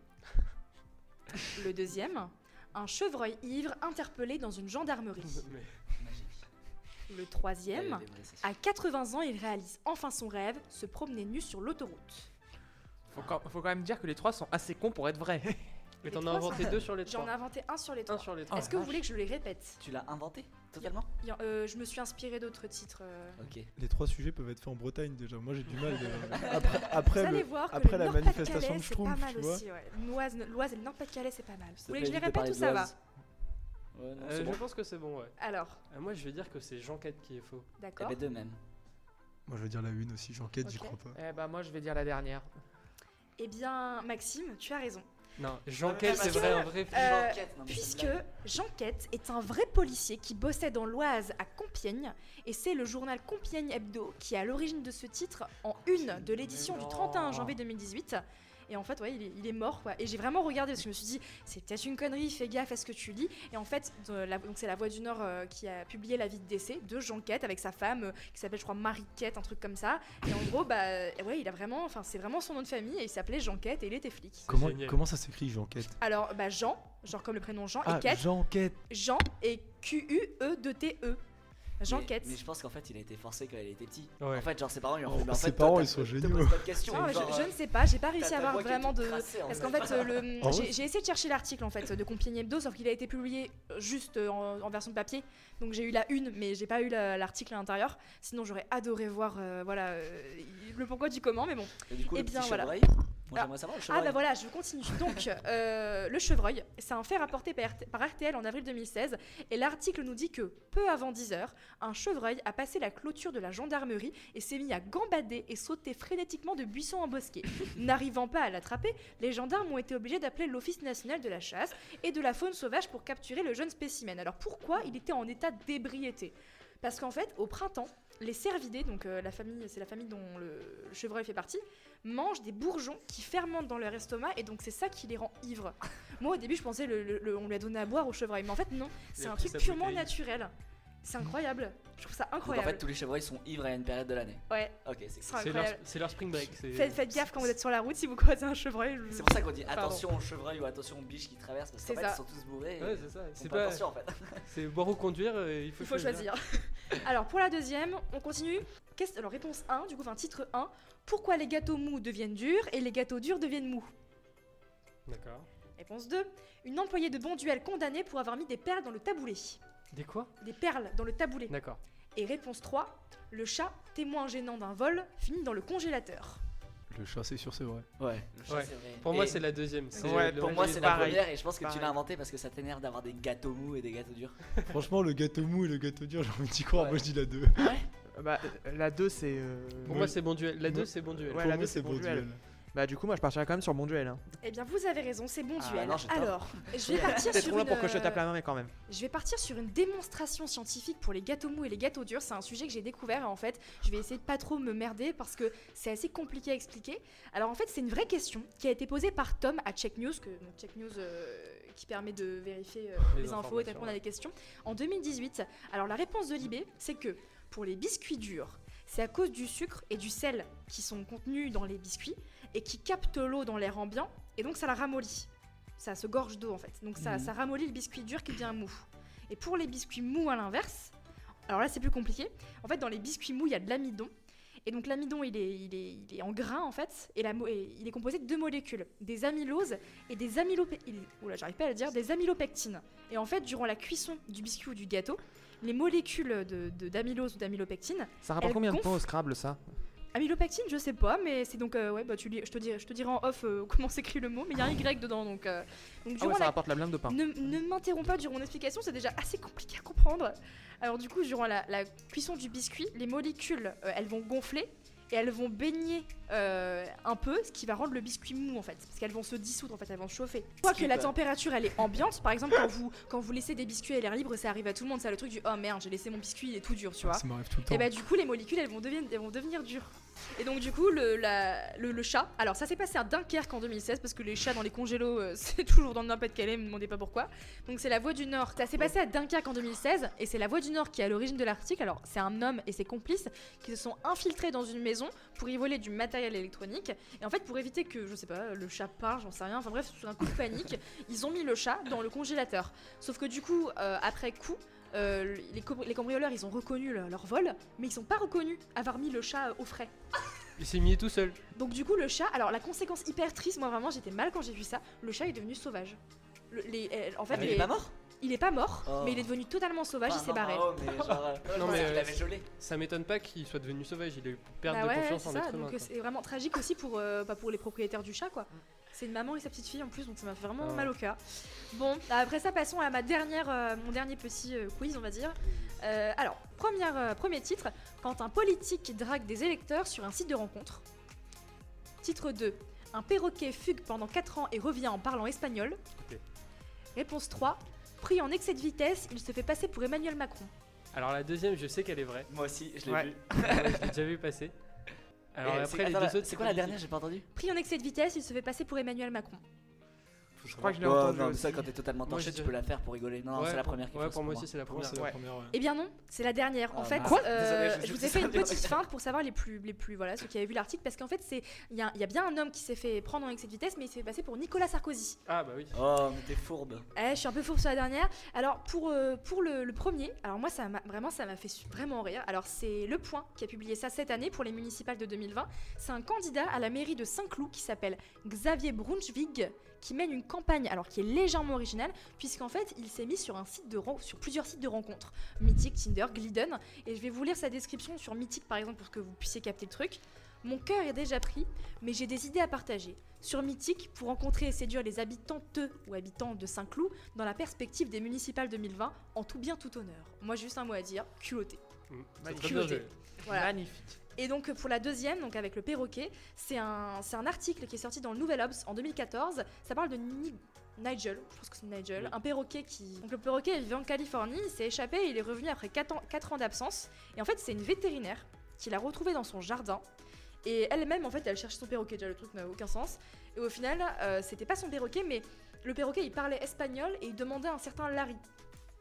Le deuxième, un chevreuil ivre interpellé dans une gendarmerie. Mais- Magique. Le troisième, Ouais, des vrais, c'est sûr. à quatre-vingts ans, il réalise enfin son rêve, se promener nu sur l'autoroute. Faut quand, faut quand même dire que les trois sont assez cons pour être vrais. Mais Les t'en as trois inventé sont- deux sur les J'en ai trois. inventé un sur les Un trois. sur les trois. Est-ce que vous voulez que je les répète? Tu l'as inventé totalement Il y a- euh, Je me suis inspirée d'autres titres. euh. Ok. Les trois sujets peuvent être faits en Bretagne déjà. Moi j'ai du mal. de- Après, après, Vous allez le- voir que après le la Nord-Pas-de-Calais, manifestation de c'est Schtroumpf, pas mal tu vois. aussi. Ouais. L'Oise, l'Oise et le Nord-Pas-de-Calais, c'est pas mal. Vous S'il te voulez plaît, que je les évite de répète parler ou de ça va? l'Oise. Ouais, non, Euh, c'est je bon. pense que c'est bon, ouais. Alors, Euh, moi, je vais dire que c'est J'enquête qui est faux. Eh d'accord. ben, deux même. Moi je veux dire la une aussi. J'enquête, j'y Ok. crois pas. Eh bah moi je vais dire la dernière. Eh bien, Maxime, tu as raison. Non, J'enquête, c'est parce vrai, que, un vrai film. Euh, J'enquête, non, mais c'est une Puisque blague. J'enquête est un vrai policier qui bossait dans l'Oise à Compiègne, et c'est le journal Compiègne Hebdo qui est à l'origine de ce titre en une de l'édition du trente et un janvier deux mille dix-huit. Et en fait, ouais, il est, il est mort, quoi. Et j'ai vraiment regardé parce que je me suis dit, c'est peut-être une connerie, fais gaffe à ce que tu lis. Et en fait, de la- donc c'est La Voix du Nord euh, qui a publié l'avis de décès de J'enquête avec sa femme euh, qui s'appelle, je crois, Marie-Quête, un truc comme ça. Et en gros, bah, ouais, il a vraiment, enfin, c'est vraiment son nom de famille et il s'appelait J'enquête et il était flic. Comment, génial. comment ça s'écrit j'enquête? Alors, bah, Jean, genre comme le prénom Jean, Ah, et Quête, j'enquête. Jean et Q U E deux T E. J'enquête. Mais, mais je pense qu'en fait, il a été forcé quand il était petit. Ouais. En fait, genre ses parents lui ont Oh, fait. mais en ses fait, parents, toi, ils t'as- sont te géniaux. pose pas de questions. Non, je, genre, je euh, ne sais pas, j'ai pas t'as réussi ta à avoir voix qui est vraiment toute de. tracée, en Parce fait. qu'en fait, euh, le, Ah ouais j'ai, j'ai essayé de chercher l'article en fait de Compiègne Hebdo, sauf qu'il a été publié euh, juste euh, en, en version de papier. Donc j'ai eu la une, mais j'ai pas eu la- l'article à l'intérieur. Sinon j'aurais adoré voir, euh, voilà, euh, le pourquoi du comment, mais bon. Et du coup, Eh le bien, petit voilà. chevreuil. Moi, Ah. j'aimerais savoir le Ah chevreuil. bah voilà, je continue. Donc, euh, le chevreuil, c'est un fait rapporté par, R T- par R T L en avril deux mille seize. Et l'article nous dit que, peu avant dix heures, un chevreuil a passé la clôture de la gendarmerie et s'est mis à gambader et sauter frénétiquement de buisson en bosquet. N'arrivant pas à l'attraper, les gendarmes ont été obligés d'appeler l'Office national de la chasse et de la faune sauvage pour capturer le jeune spécimen. Alors pourquoi il était en état d'ébriété? Parce qu'en fait, au printemps, les cervidés, donc euh, la famille, c'est la famille dont le, le chevreuil fait partie, mangent des bourgeons qui fermentent dans leur estomac et donc c'est ça qui les rend ivres. Moi au début je pensais le, le- le- on lui a donné à boire au chevreuil, mais en fait non, c'est a un pris truc sa purement bouteille. naturel. C'est incroyable. Je trouve ça Donc en incroyable. fait, tous les chevreuils sont ivres à une période de l'année. Ouais, Ok, c'est c'est C'est leur, incroyable. c'est leur spring break. c'est- Faites, faites gaffe quand vous êtes sur la route si vous croisez un chevreuil. je- C'est pour ça qu'on dit Pardon. attention aux chevreuils ou attention aux biches qui traversent parce qu'en C'est fait ça. ils sont tous bourrés. et Ouais, c'est ça. ils font C'est pas pas. attention en fait. C'est boire ou conduire, euh, il faut, Il faut choisir. Alors pour la deuxième, on continue. Qu'est-ce- Alors réponse un, du coup, enfin titre un. Pourquoi les gâteaux mous deviennent durs et les gâteaux durs deviennent mous? D'accord. Réponse deux. Une employée de Bonduelle condamnée pour avoir mis des perles dans le taboulé. Des quoi? Des perles dans le taboulé. D'accord. Et réponse trois. Le chat, témoin gênant d'un vol, finit dans le congélateur. Le chat, c'est sûr, c'est vrai. Ouais, le chat Ouais. c'est vrai. Pour moi, Et c'est la deuxième. c'est Ouais, le- pour le- moi c'est la pareil. première et je pense que tu Pareil. l'as inventé parce que ça t'énerve d'avoir des gâteaux mous et des gâteaux durs. Franchement, le gâteau mou et le gâteau dur, j'ai envie d'y croire. Ouais. Moi, je dis la deux. Euh, Bah, euh, la deux, c'est. euh, Pour Ouais. moi, c'est bon duel. La deux, Ouais. c'est bon duel. Ouais, Pour la moi, deux, c'est bon duel. duel. Bah, du coup, moi, je partirais quand même sur bon duel. Hein. Eh bien, vous avez raison, c'est bon Ah, duel. non, j'ai tort. Alors, je vais partir T'es sur trop loin une, pour que je te tape euh, la main, mais quand même. Je vais partir sur une démonstration scientifique pour les gâteaux mous et les gâteaux durs. C'est un sujet que j'ai découvert et en fait, je vais essayer de pas trop me merder parce que c'est assez compliqué à expliquer. Alors en fait, c'est une vraie question qui a été posée par Tom à Check News, que, donc Check News euh, qui permet de vérifier euh, Les les, infos et de informations, répondre à ouais. des questions. En deux mille dix-huit, alors la réponse de Libé, c'est que pour les biscuits durs, c'est à cause du sucre et du sel qui sont contenus dans les biscuits et qui captent l'eau dans l'air ambiant et donc ça la ramollit. Ça se gorge d'eau en fait. Donc ça, Mhm. ça ramollit le biscuit dur qui devient mou. Et pour les biscuits mous à l'inverse, alors là c'est plus compliqué. En fait dans les biscuits mous il y a de l'amidon. Et donc l'amidon il est, il, est, il est en grain en fait. Et, la, mo- et il est composé de deux molécules. Des amyloses et des amylopectines. Oula j'arrive pas à le dire. Des amylopectines. Et en fait durant la cuisson du biscuit ou du gâteau, les molécules de, de, d'amylose ou d'amylopectine. Ça rapporte Elle combien de gonfle. points au Scrabble, ça? Amylopectine, je sais pas, mais c'est donc. euh, ouais, bah tu lis, je, te dirai, je te dirai en off euh, comment s'écrit le mot, mais il y a un Y dedans donc. euh, donc Ah durant ouais, ça la rapporte la blinde de pain. ne, ne m'interromps pas durant mon explication, c'est déjà assez compliqué à comprendre. Alors du coup, durant la, la cuisson du biscuit, les molécules, euh, elles vont gonfler et elles vont baigner euh, un peu, ce qui va rendre le biscuit mou en fait, parce qu'elles vont se dissoudre en fait, elles vont se chauffer. Une fois que Skip. la température elle est ambiante, par exemple quand vous quand vous laissez des biscuits à l'air libre, ça arrive à tout le monde, c'est le truc du oh merde, j'ai laissé mon biscuit, il est tout dur, tu vois. Ça m'arrive tout le temps. Et bah du coup les molécules elles vont devenir, elles vont devenir dures. Et donc du coup le, la- le, le chat, alors ça s'est passé à Dunkerque en deux mille seize parce que les chats dans les congélos euh, c'est toujours dans le Nord-Pas-de-Calais, me demandez pas pourquoi. Donc c'est la Voix du Nord. Ça s'est passé à Dunkerque en deux mille seize et c'est la Voix du Nord qui est à l'origine de l'article. Alors c'est un homme et ses complices qui se sont infiltrés dans une maison pour y voler du matériel électronique. Et en fait pour éviter que, je sais pas, le chat part, j'en sais rien, enfin bref, sous un coup de panique, ils ont mis le chat dans le congélateur. Sauf que du coup, euh, après coup, euh, les, co- les cambrioleurs ils ont reconnu le- leur vol, mais ils sont pas reconnus avoir mis le chat euh, au frais. Il s'est mis tout seul. Donc du coup le chat, alors la conséquence hyper triste, moi vraiment j'étais mal quand j'ai vu ça, le chat est devenu sauvage. Le- les, euh, en fait, Ah, mais il les- est pas mort. il est pas mort, Oh. mais il est devenu totalement sauvage, Enfin, il s'est non, barré. oh, mais genre, euh, Non, non, mais, mais il euh, avait gelé. Ça m'étonne pas qu'il soit devenu sauvage. Il a eu perte Bah de ouais, confiance c'est en ça, l'être humain. donc quoi. c'est vraiment tragique aussi pour, euh, bah, pour les propriétaires du chat quoi. C'est une maman et sa petite fille en plus, donc ça m'a fait vraiment Ah. mal au cœur. Bon, après ça passons à ma dernière, euh, mon dernier petit euh, quiz on va dire. Euh, alors, première, euh, premier titre, quand un politique drague des électeurs sur un site de rencontre. Titre deux, un perroquet fugue pendant quatre ans et revient en parlant espagnol. Ok. Réponse trois, pris en excès de vitesse, il se fait passer pour Emmanuel Macron. Alors la deuxième, je sais qu'elle est vraie. Moi aussi, je l'ai Ouais. vu. Ouais, je l'ai déjà vu passer. Alors Et après, c'est- les attends, deux la- autres. C'est quoi la dernière? J'ai pas entendu. Pris en excès de vitesse, il se fait passer pour Emmanuel Macron. Je crois que je l'ai Ouais, entendu non, mais aussi. ça, quand t'es totalement Moi, torché, je tu dirais- peux la faire pour rigoler. Non, Ouais, c'est la pour- première qui Ouais, fausse pour moi moi. aussi, c'est la Pour moi, première. c'est Ouais. la première, ouais. Eh bien non, c'est la dernière. En Ah, fait, mince. Quoi euh, Désolé, je- je vous je ai fait une sais pas petite dire. feinte pour savoir les plus, les plus, voilà, ceux qui avaient vu l'article, parce qu'en fait, c'est, il y, a- il y a bien un homme qui s'est fait prendre en excès de vitesse, mais il s'est fait passer pour Nicolas Sarkozy. Ah bah oui. Oh, mais t'es fourbe. Eh, je suis un peu fourbe sur la dernière. Alors pour, euh, pour le, le premier, alors moi ça m'a vraiment ça m'a fait su- vraiment rire. Alors c'est Le Point qui a publié ça cette année pour les municipales de deux mille vingt. C'est un candidat à la mairie de Saint-Cloud qui s'appelle Xavier Brunschwig qui mène une campagne alors qui est légèrement originale puisqu'en fait il s'est mis sur un site de ren- sur plusieurs sites de rencontres, Mythic, Tinder, Glidden, et je vais vous lire sa description sur Mythic par exemple pour que vous puissiez capter le truc. Mon cœur est déjà pris, mais j'ai des idées à partager. Sur Mythic, pour rencontrer et séduire les habitantes ou habitants de Saint-Cloud, dans la perspective des municipales deux mille vingt, en tout bien tout honneur. Moi, j'ai juste un mot à dire, culotté. Mm, c'est Magnifique. très bien joué. Voilà. Magnifique. Et donc pour la deuxième, donc avec le perroquet, c'est un, c'est un article qui est sorti dans le Nouvel Obs en deux mille quatorze. Ça parle de Ni- Nigel, je pense que c'est Nigel, Oui. un perroquet qui... Donc le perroquet il vivait en Californie, il s'est échappé et il est revenu après quatre ans, quatre ans d'absence. Et en fait c'est une vétérinaire qui l'a retrouvé dans son jardin. Et elle-même en fait elle cherchait son perroquet, déjà le truc n'a aucun sens. Et au final euh, c'était pas son perroquet mais le perroquet il parlait espagnol et il demandait un certain Larry.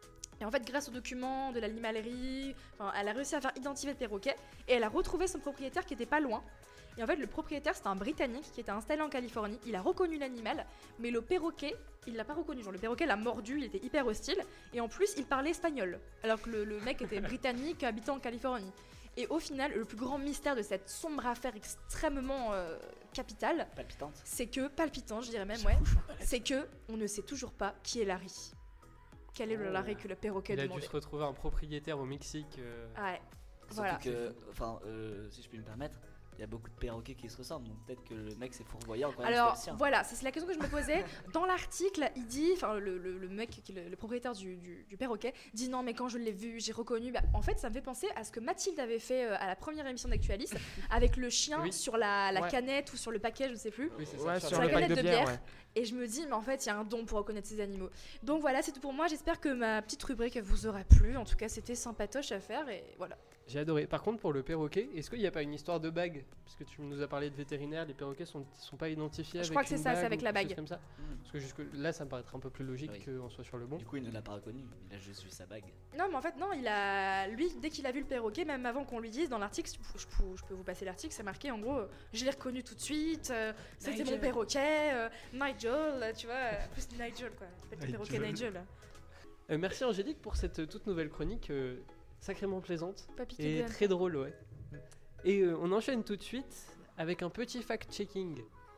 Et en fait, grâce aux documents de l'animalerie, enfin, elle a réussi à faire identifier le perroquet et elle a retrouvé son propriétaire qui était pas loin. Et en fait, le propriétaire, c'était un Britannique qui était installé en Californie. Il a reconnu l'animal, mais le perroquet, il l'a pas reconnu. Genre, le perroquet l'a mordu, il était hyper hostile. Et en plus, il parlait espagnol, alors que le, le mec était britannique, habitant en Californie. Et au final, le plus grand mystère de cette sombre affaire extrêmement euh, capitale, Palpitante. c'est que, palpitant, je dirais même, ouais, c'est que on ne sait toujours pas qui est Larry. Quel est le Larry que le perroquet Il a dû demandait. se retrouver un propriétaire au Mexique. euh, Ouais, Surtout voilà. que, enfin, euh, si je puis me permettre, il y a beaucoup de perroquets qui se ressemblent, donc peut-être que le mec s'est fourvoyé encore Alors le sien. voilà, c'est c'est la question que je me posais. Dans l'article, il dit, enfin le, le, le mec, qui est le, le propriétaire du, du, du perroquet, dit non mais quand je l'ai vu, j'ai reconnu. Bah, en fait, ça me fait penser à ce que Mathilde avait fait euh, à la première émission d'Actualis avec le chien Oui. sur la, la Ouais. canette ou sur le paquet, je ne sais plus. Oui, c'est ça. Ouais, sur sur la le pack canette de de bière, bière. ouais. Et je me dis, mais en fait, il y a un don pour reconnaître ces animaux. Donc voilà, c'est tout pour moi. J'espère que ma petite rubrique vous aura plu. En tout cas, c'était sympatoche à faire et voilà. J'ai adoré. Par contre, pour le perroquet, est-ce qu'il n'y a pas une histoire de bague? Puisque tu nous as parlé de vétérinaire, les perroquets sont, sont pas identifiés Je avec crois que c'est une ça, c'est bague avec ou la quelque chose bague. Comme ça. Mm. Parce que jusque là, ça me paraîtrait un peu plus logique Oui. qu'on soit sur le bon. Du coup, il ne l'a pas reconnu, il a juste vu sa bague. Non, mais en fait, non, il a. Lui, dès qu'il a vu le perroquet, même avant qu'on lui dise, dans l'article, je peux, je peux- je peux vous passer l'article, c'est marqué en gros, euh, je l'ai reconnu tout de suite, euh, c'était Nigel. mon perroquet, euh, Nigel, euh, tu vois, euh, plus Nigel quoi, peut-être le Nigel. perroquet Nigel. Euh, merci Angélique pour cette euh, toute nouvelle chronique euh, sacrément plaisante Pas piqué et de très drôle, ouais. Et euh, on enchaîne tout de suite avec un petit fact-checking.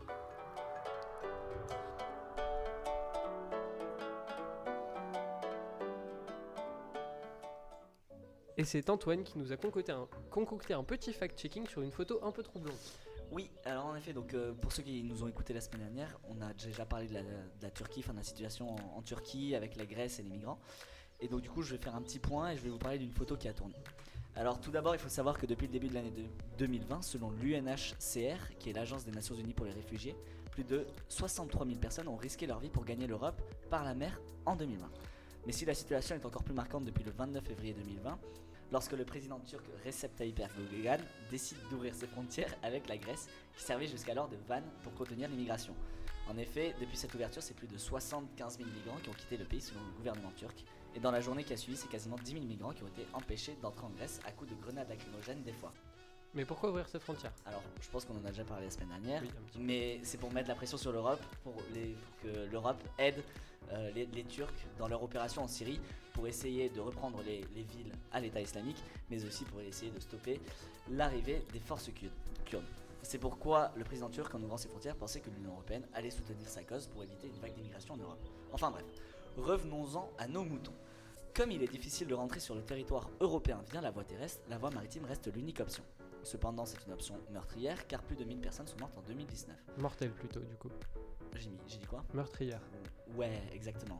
Et c'est Antoine qui nous a concocté un, concocté un petit fact-checking sur une photo un peu troublante. Oui, alors en effet, donc euh, pour ceux qui nous ont écouté la semaine dernière, on a déjà parlé de la, de la Turquie, enfin de la situation en, en Turquie avec la Grèce et les migrants. Et donc du coup, je vais faire un petit point et je vais vous parler d'une photo qui a tourné. Alors tout d'abord, il faut savoir que depuis le début de l'année de deux mille vingt, selon l'U N H C R, qui est l'agence des Nations Unies pour les réfugiés, plus de soixante-trois mille personnes ont risqué leur vie pour gagner l'Europe par la mer en deux mille vingt. Mais si la situation est encore plus marquante depuis le vingt-neuf février deux mille vingt, lorsque le président turc Recep Tayyip Erdogan décide d'ouvrir ses frontières avec la Grèce, qui servait jusqu'alors de vanne pour contenir l'immigration. En effet, depuis cette ouverture, c'est plus de soixante-quinze mille migrants qui ont quitté le pays selon le gouvernement turc. Et dans la journée qui a suivi, c'est quasiment dix mille migrants qui ont été empêchés d'entrer en Grèce à coups de grenades lacrymogènes des fois. Mais pourquoi ouvrir cette frontière? Alors, je pense qu'on en a déjà parlé la semaine dernière, Oui, un petit peu. mais c'est pour mettre la pression sur l'Europe, pour, les- pour que l'Europe aide euh, les, les Turcs dans leur opération en Syrie, pour essayer de reprendre les, les villes à l'État islamique, mais aussi pour essayer de stopper l'arrivée des forces kurdes. kurdes. C'est pourquoi le président turc, en ouvrant ses frontières, pensait que l'Union européenne allait soutenir sa cause pour éviter une vague d'immigration en Europe. Enfin bref, revenons-en à nos moutons. Comme il est difficile de rentrer sur le territoire européen via la voie terrestre, la voie maritime reste l'unique option. Cependant, c'est une option meurtrière car plus de mille personnes sont mortes en deux mille dix-neuf. Mortel plutôt, du coup. J'ai mis- j'ai dit quoi? Meurtrière. Ouais, exactement.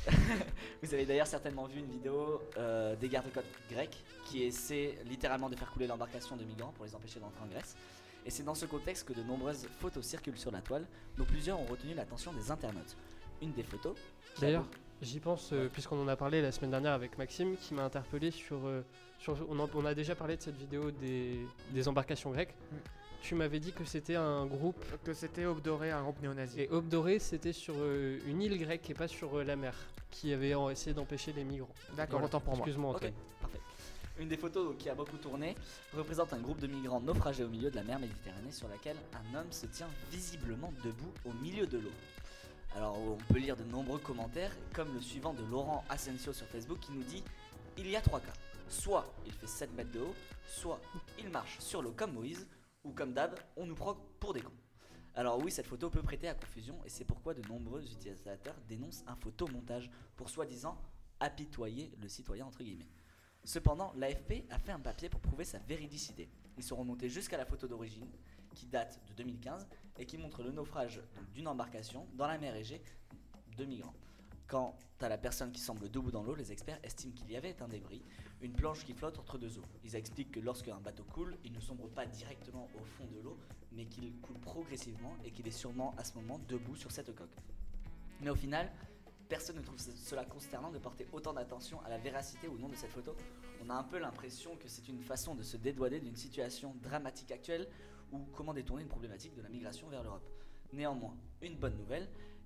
Vous avez d'ailleurs certainement vu une vidéo euh, des gardes-côtes grecs qui essaient littéralement de faire couler l'embarcation de migrants pour les empêcher d'entrer en Grèce. Et c'est dans ce contexte que de nombreuses photos circulent sur la toile, dont plusieurs ont retenu l'attention des internautes. Une des photos... qui a D'ailleurs, beaucoup- j'y pense, euh, puisqu'on en a parlé la semaine dernière avec Maxime, qui m'a interpellé sur... euh, sur on, en- on a déjà parlé de cette vidéo des, des embarcations grecques. Mm. Tu m'avais dit que c'était un groupe, Que c'était Aube Dorée, un groupe néo-nazi. et Aube Dorée, c'était sur euh, une île grecque et pas sur euh, la mer, qui avait en- essayé d'empêcher les migrants. D'accord, Voilà. autant pour moi. Excuse-moi Ok, Antoine. parfait. Une des photos qui a beaucoup tourné représente un groupe de migrants naufragés au milieu de la mer Méditerranée sur laquelle un homme se tient visiblement debout au milieu de l'eau. Alors on peut lire de nombreux commentaires comme le suivant de Laurent Asensio sur Facebook qui nous dit « Il y a trois cas. Soit il fait sept mètres de haut, soit il marche sur l'eau comme Moïse, ou comme d'hab, on nous prend pour des cons. » Alors oui, cette photo peut prêter à confusion et c'est pourquoi de nombreux utilisateurs dénoncent un photomontage pour soi-disant apitoyer le citoyen entre guillemets. Cependant, l'A F P a fait un papier pour prouver sa véridicité. Ils sont remontés jusqu'à la photo d'origine, qui date de deux mille quinze, et qui montre le naufrage donc, d'une embarcation dans la mer Égée de migrants. Quant à la personne qui semble debout dans l'eau, les experts estiment qu'il y avait un débris, une planche qui flotte entre deux eaux. Ils expliquent que lorsque un bateau coule, il ne sombre pas directement au fond de l'eau, mais qu'il coule progressivement et qu'il est sûrement à ce moment debout sur cette coque. Mais au final, personne ne trouve ce- cela consternant de porter autant d'attention à la véracité ou non de cette photo. On a un peu l'impression que c'est une façon de se dédouaner d'une situation dramatique actuelle ou comment détourner une problématique de la migration vers l'Europe. Néanmoins, une bonne nouvelle,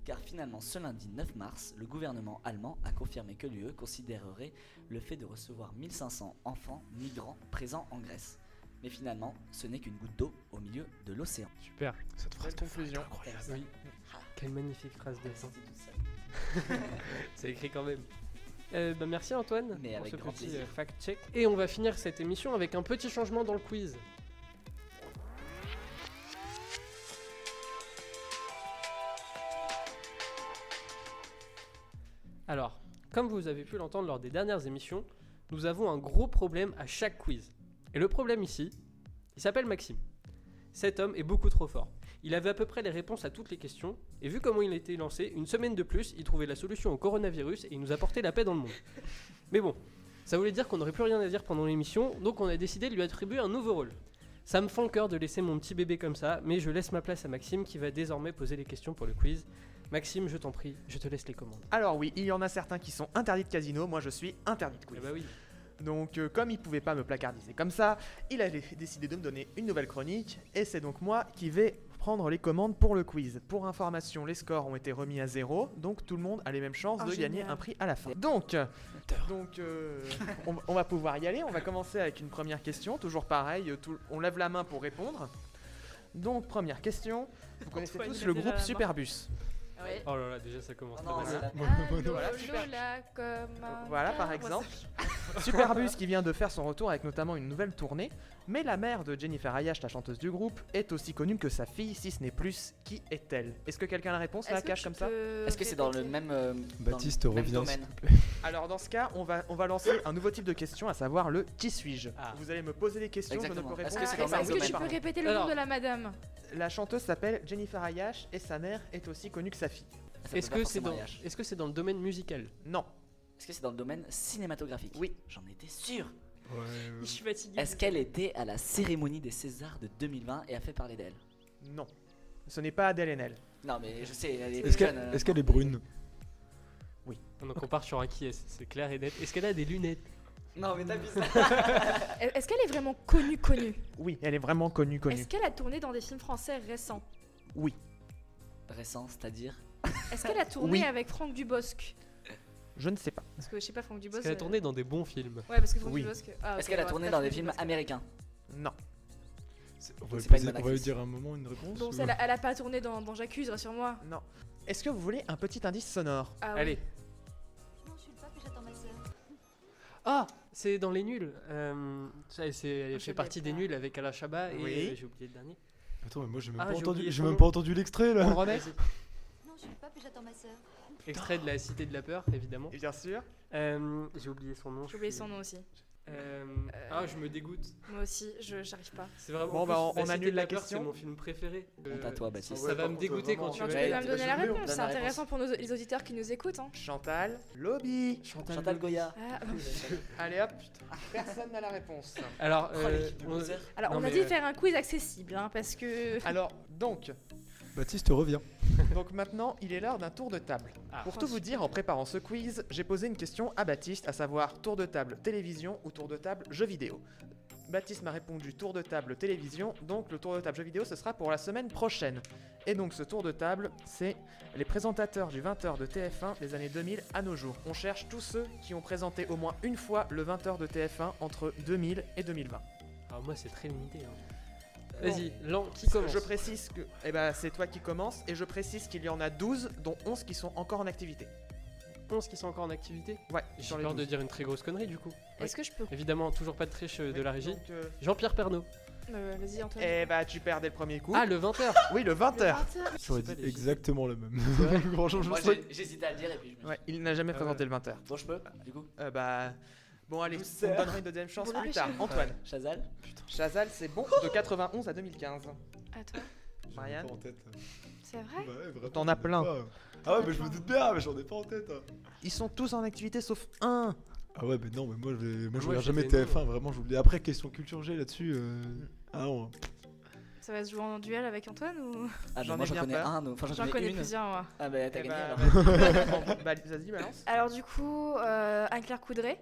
car finalement ce lundi neuf mars, le gouvernement allemand a confirmé que l'U E considérerait le fait de recevoir mille cinq cents enfants migrants présents en Grèce. Mais finalement, ce n'est qu'une goutte d'eau au milieu de l'océan. Super. Cette phrase Belle conclusion. Oui. Quelle magnifique phrase de fin. C'était toute seule. C'est écrit quand même. Euh, bah merci Antoine Mais pour avec ce grand petit plaisir. euh, fact-check. Et on va finir cette émission avec un petit changement dans le quiz. Alors, comme vous avez pu l'entendre lors des dernières émissions, nous avons un gros problème à chaque quiz. Et le problème ici, il s'appelle Maxime. Cet homme est beaucoup trop fort. Il avait à peu près les réponses à toutes les questions, et vu comment il a été lancé, une semaine de plus, il trouvait la solution au coronavirus et il nous apportait la paix dans le monde. Mais bon, ça voulait dire qu'on n'aurait plus rien à dire pendant l'émission, donc on a décidé de lui attribuer un nouveau rôle. Ça me fend le cœur de laisser mon petit bébé comme ça, mais je laisse ma place à Maxime qui va désormais poser les questions pour le quiz. Maxime, je t'en prie, je te laisse les commandes. Alors oui, il y en a certains qui sont interdits de casino, moi je suis interdit de quiz. Ah bah oui. Donc euh, comme il pouvait pas me placardiser comme ça, il a décidé de me donner une nouvelle chronique, et c'est donc moi qui vais prendre les commandes pour le quiz. Pour information, les scores ont été remis à zéro, donc tout le monde a les mêmes chances Oh, de génial. gagner un prix à la fin. Donc, donc euh, on, on va pouvoir y aller, on va commencer avec une première question, toujours pareil, euh, tout- on lève la main pour répondre. Donc première question, vous connaissez Antoine, tous il a le déjà groupe la main. Superbus. Ouais. Oh là là, déjà ça commence Oh très non, mal. c'est la- Voilà, super. Lola comme un Voilà, par cœur. exemple. Superbus qui vient de faire son retour avec notamment une nouvelle tournée, mais la mère de Jennifer Ayash, la chanteuse du groupe, est aussi connue que sa fille, si ce n'est plus. Qui est-elle? Est-ce que quelqu'un a la réponse, Est-ce la que cache tu comme ça? peux Est-ce que c'est dans le répéter même, euh, Baptiste, dans le même reviens, domaine Alors dans ce cas, on va, on va lancer un nouveau type de question, à savoir le qui suis-je. Ah. Vous allez me poser des questions, Exactement. je ne peux Est-ce répondre que c'est Ah, dans le même Est-ce que tu domaine, peux pardon. répéter le Alors- nom de la madame? La chanteuse s'appelle Jennifer Ayash et sa mère est aussi connue que sa fille. Ça peut Est-ce pas que c'est forcément dans, Ayash. est-ce que c'est dans le domaine musical? Non. Est-ce que c'est dans le domaine cinématographique? Oui. J'en étais sûr. Ouais, Je suis fatiguée. Est-ce qu'elle était à la cérémonie des Césars de deux mille vingt et a fait parler d'elle? Non. Ce n'est pas Adèle Haenel. Non mais je sais, elle est Est-ce plus qu'elle jeune. euh, est, qu'elle est brune? Donc on part sur un qui est, c'est clair et net. Est-ce qu'elle a des lunettes? Non mais t'abuses. Est-ce qu'elle est vraiment connue, connue? Oui, elle est vraiment connue, connue. Est-ce qu'elle a tourné dans des films français récents? Oui. Récent, c'est-à-dire? Est-ce qu'elle a tourné Oui. avec Franck Dubosc? Je ne sais pas. Parce que je sais pas, Franck Est-ce Dubosc. qu'elle a euh, tourné dans des bons films? Ouais, parce que Franck Oui. Dubosc. ah, ok, Est-ce qu'elle a bon, tourné c'est dans pas des Franck films Dubosc. américains? Non. On va, c'est pas poser- une bonne on va lui actrice. dire un moment une réponse Donc ou- elle a, elle a pas tourné dans, dans J'accuse, rassure-moi. Non. Est-ce que vous voulez un petit indice sonore? Ah, oui. Allez. Non, je suis le pape et j'attends ma sœur. Ah, c'est dans les nuls. Euh, ça, c'est, elle Je fait l'ai partie des pas. nuls avec Alain Chabat et Oui. euh, j'ai oublié le dernier. Attends, mais moi j'ai même, Ah, pas, j'ai entendu, oublié j'ai son même nom. pas entendu l'extrait On là. le remet? Non, je suis le pape et j'attends ma sœur. Extrait de La Cité de la Peur, évidemment. Bien sûr. Euh, j'ai oublié son nom. J'ai oublié je son suis- nom aussi. Euh, Euh, Ah, je me dégoûte. Moi aussi, je j'arrive pas. C'est vraiment. Bon, en bah, plus, on- La on Cité annule de la Peur, question. C'est mon film préféré. Honte à toi, Baptiste. Ça va me dégoûter quand tu Non, vas. tu Ouais, peux quand même tu- donner la je veux, réponse, donne c'est la intéressant pour nos, les auditeurs qui nous écoutent. Hein. Chantal, lobby. Chantal Goya. Ah, Allez hop, personne n'a la réponse. Alors, Oh, euh, l'équipe de on- losers. alors, Non, on a mais, dit euh, faire un quiz accessible, hein, parce que. Alors, donc, Baptiste revient. donc maintenant, il est l'heure d'un tour de table. Ah. Pour tout vous dire, en préparant ce quiz, j'ai posé une question à Baptiste, à savoir tour de table télévision ou tour de table jeux vidéo. Baptiste m'a répondu tour de table télévision, donc le tour de table jeux vidéo ce sera pour la semaine prochaine. Et donc ce tour de table, c'est les présentateurs du vingt heures de T F un des années deux mille à nos jours. On cherche tous ceux qui ont présenté au moins une fois le vingt heures de T F un entre deux mille et deux mille vingt. Alors, moi, c'est très limité. hein. Bon. Vas-y, Lan, qui commence? Je précise que eh ben, c'est toi qui commence et je précise qu'il y en a douze, dont onze qui sont encore en activité. onze qui sont encore en activité. Ouais, J'ai sur les peur de douze. dire une très grosse connerie du coup. Est-ce que je peux. Évidemment, toujours pas de triche euh, de Oui, la régie. donc, euh, Jean-Pierre Pernaut. Euh, Vas-y, Antoine. Eh bah tu perds dès le premier coup. Ah, le vingt heures. Oui, le vingt heures. J'aurais pas dit les- exactement le même. Franchement, je Moi sais- j'ai- j'hésitais à le dire et puis je me Ouais, il n'a jamais Ah présenté ouais. le vingt heures. Bon, je peux, du coup. Euh, bah. Bon, allez, Douze on te heures. donnera une deuxième chance Bon, plus allez, tard. chérie. Antoine. Chazal. Chazal, c'est bon de quatre-vingt-onze à deux mille quinze. À toi. J'en ai Marianne. pas en tête. C'est vrai? Bah ouais, vraiment, T'en as j'en ai plein. pas. Ah ouais, mais je me doute bien, mais j'en ai pas en tête. hein. Ils sont tous en activité sauf un. Ah ouais, mais non, mais moi je, vais... moi, je Moi, regarde j'ai jamais fait T non. F un, vraiment, j'oublie. Après, question culture G là-dessus. euh, Ah non. Ça va se jouer en duel avec Antoine ou. Ah, J'en mais moi ai j'en bien connais peur. un, donc- enfin j'en J'en connais connais une. plusieurs, moi. Ah bah t'as Eh gagné bah, alors. vas-y. Bon, bah, vas-y, balance. Alors, du coup, euh, Anne-Claire Coudray.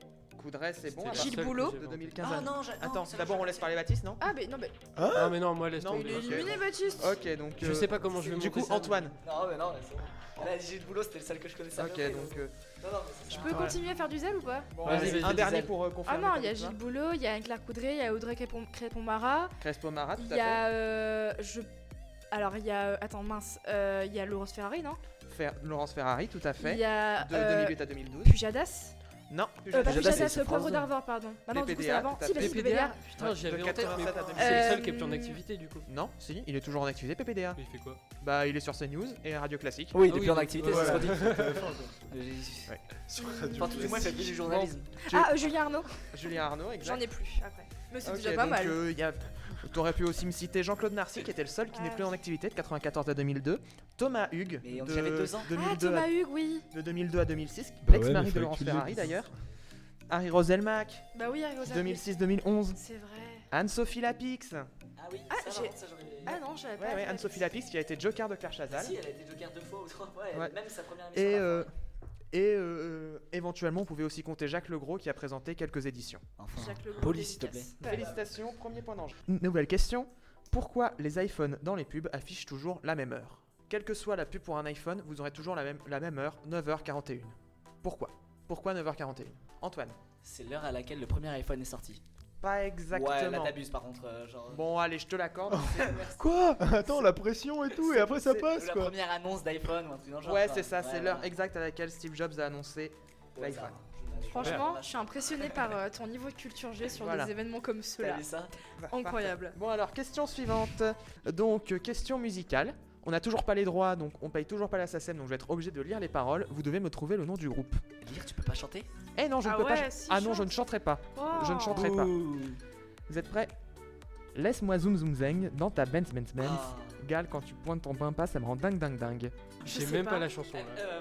Coudray, c'est bon. C'était à la Gilles seule que Boulot. j'ai De inventée. deux mille quinze. Ah non, j'ai- non, Attends, c'est d'abord vrai, on laisse parler Baptiste, non Ah, mais non, mais Ah mais non, moi laisse Non, tomber. il est ok. éliminé, Baptiste. Ok, donc. Je euh, sais pas comment je vais Du monter coup, ça. Antoine. Non, mais non, c'est bon. Là, Gilles Boulot, c'était le seul que je connaissais. Ok, après, donc. euh, Non, non, mais c'est Je ça. peux Voilà. continuer à faire du zèle ou pas Bon, Vas-y, allez, vas-y, un vas-y. dernier pour euh, Ah confirmer. non, ta il y a victoire. Gilles Boulot, il y a Anne-Claire Coudray, il y a Audrey Crépon- Crépon-Mara, Crespo Marat, tout il à y a. euh, je... Alors, il y a. euh, Attends, mince. euh, Il y a Laurence Ferrari, non fait. Fer- Laurence Ferrari, tout à fait. Il y a. De euh, deux mille huit à deux mille douze. Pujadas. Non, Euh, Pujadas. pas Pujadas, Pujadas, c'est euh, Poivre France d'Arvor, pardon. Ah non, du coup, c'est PPDA, avant. tout à Si, bah, fait. c'est P P D A. P P D A. Putain, j'y avais De en tête, mais quatre-vingt-sept à deux mille c'est le Euh, seul qui est plus en activité du coup. Non, si, il est toujours en activité, P P D A. Il fait quoi? Bah, il est sur CNews et Radio Classique. Oui, Ah depuis oui, en activité, ouais, c'est ce ouais. qu'on dit. Ouais. Sur Radio Enfin, tout du moins, il fait plus du journalisme. Tu- Ah, euh, Julien Arnaud. Julien Arnaud, exact. J'en ai plus après. Mais c'est Ok, déjà pas donc, mal. euh, y a... T'aurais pu aussi me citer Jean-Claude Narcy, qui était le seul qui n'est Ah. plus en activité de quatre-vingt-quatorze à deux mille deux. Thomas Hugues, Mais on de, avait deux ans. Ah, 2002 Thomas à... Hugues, oui. de deux mille deux à deux mille six, Bah ouais, l'ex-mari mais de fallait Laurence que tu le Ferrari dises. d'ailleurs. Harry Roselmack, Bah oui, Harry Rosa. deux mille six deux mille onze. C'est vrai. Anne-Sophie Lapix. Ah oui, Ah, ça, j'ai- non, ça, j'aurais. Ah non, j'avais pas. Ouais, ouais, fait Anne-Sophie la- Lapix qui a été Joker de Claire Ah Chazal. si, elle a été Joker deux fois ou trois fois. Ouais, Ouais. même sa première émission. Et, à la euh, fin. et euh, éventuellement, vous pouvez aussi compter Jacques Legros qui a présenté quelques éditions. Enfin. Jacques Legros, Police, s'il te dédicace. plaît. Félicitations, premier point d'enjeu. Nouvelle question. Pourquoi les iPhones dans les pubs affichent toujours la même heure? Quelle que soit la pub pour un iPhone, vous aurez toujours la même, la même heure, neuf heures quarante et une. Pourquoi Pourquoi neuf heures quarante et une? Antoine? C'est l'heure à laquelle le premier iPhone est sorti. Pas exactement. Ouais, là t'abuses par contre. euh, genre. Bon, allez, je te l'accorde. Quoi? Attends, la pression et tout, et après ça c'est- passe la quoi. première annonce d'iPhone ou un truc dans le genre. Ouais, quoi. c'est ça, c'est Ouais, l'heure voilà. exacte à laquelle Steve Jobs a annoncé Au l'iPhone. hasard. Franchement, je suis impressionnée par euh, ton niveau de culture G sur Voilà. des événements comme T'as ceux-là. vu ça? Incroyable. Bon, alors, question suivante. Donc, euh, question musicale. On n'a toujours pas les droits, donc on paye toujours pas la SACEM, donc je vais être obligé de lire les paroles. Vous devez me trouver le nom du groupe. Lire, tu peux pas chanter? Eh non, je ne Ah peux pas. ouais, ch- si, ah non, je chante. ne chanterai pas. Oh. Je ne chanterai pas. Ouh. Vous êtes prêts? Laisse-moi zoom zoom zeng dans ta Benz Benz Benz. Ah. Gal, quand tu pointes ton pain pas, ça me rend dingue dingue dingue. Je Je sais sais même pas. pas la chanson là. Euh,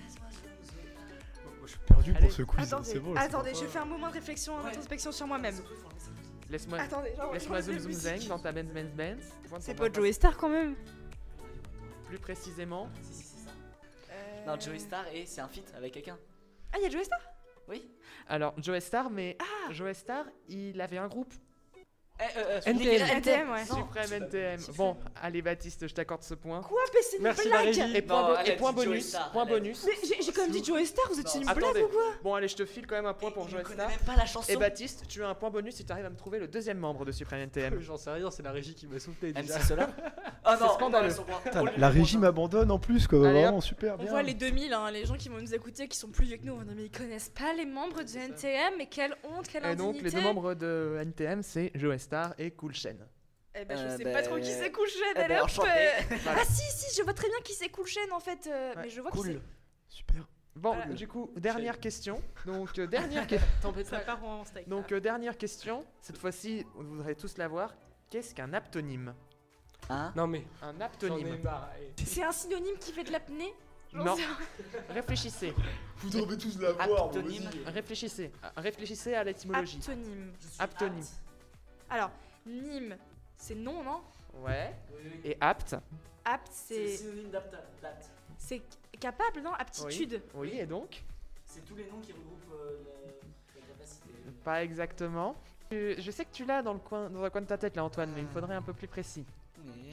Je suis perdu Allez. pour ce quiz, Attendez, c'est bon. attendez, je vais faire un moment de réflexion, Ouais. d'introspection sur moi-même. Laisse-moi Attendez, genre, laisse-moi zoom la zoom musique. zeng dans ta Benz Benz Benz. Pointe C'est ton pas pain Joey Star quand même. Plus précisément, Si, si, c'est ça. Euh, Non, Joey Star et c'est un feat avec quelqu'un. Ah, il y a Joey Star. Oui. alors Joe Star, mais Ah. Joe Star, il avait un groupe. Eh, euh, euh, N T M. Nicolas- N T M, ouais. Non, Suprême N T M. Suprême. Bon, allez Baptiste, je t'accorde ce point. Quoi, mais c'est une Merci la blague. régie. Et point, Non, bo- elle et a point dit Joey bonus, Star, point elle a dit- bonus. Mais j'ai j'ai quand même dit Joey Star, vous êtes Non. une Attendez. blague ou quoi? Bon, allez, je te file quand même un point pour Il Joe ne connaît Star. même pas la chanson. Et Baptiste, tu as un point bonus si tu arrives à me trouver le deuxième membre de Supreme N T M. J'en sais rien, c'est la régie qui m'a soufflé M déjà. C Solar. Ah non, scandaleux. on a son point. Putain, On lui la met régie point. m'abandonne en plus quoi, Allez, vraiment super On bien. voit les deux mille, hein, les gens qui vont nous écouter, qui sont plus vieux que nous, on va dire, mais ils connaissent pas les membres de N T M, mais quelle honte, quelle Et indignité. donc, les deux membres de N T M, c'est Joe Star et Cool Chain. Eh ben, je Euh, sais ben, pas trop qui c'est Cool Chain, eh ben, allez hop. enchanté. euh. Voilà. Ah si, si, je vois très bien qui c'est Cool Chain en fait, euh, Ouais, mais je vois qui Cool. c'est. Super. Bon, Voilà. du coup, dernière question. Donc, euh, dernière, que- T'embête Ça pas. part en steak. donc euh, dernière question. Cette fois-ci, vous voudrez tous la voir. Qu'est-ce qu'un aptonyme? Hein? Non mais. Un J'en ai aptonyme. marre. allez. C'est un synonyme qui fait de l'apnée. J'en Non. sais rien. Réfléchissez. Vous devez tous la voir, vous Aptonyme. aussi. Réfléchissez. Ah, Réfléchissez à l'étymologie. Aptonyme. Aptonyme. Alors, Nîmes, c'est non, non? Ouais. Oui, oui. Et apte. Apte, C'est c'est synonyme d'apte. d'apte. c'est capable, non? Aptitude. Oui, et donc? C'est tous les noms qui regroupent euh, la, la capacité. Pas exactement. Euh, Je sais que tu l'as dans le coin, dans un coin de ta tête là, Antoine, mais il me faudrait un peu plus précis. Mais...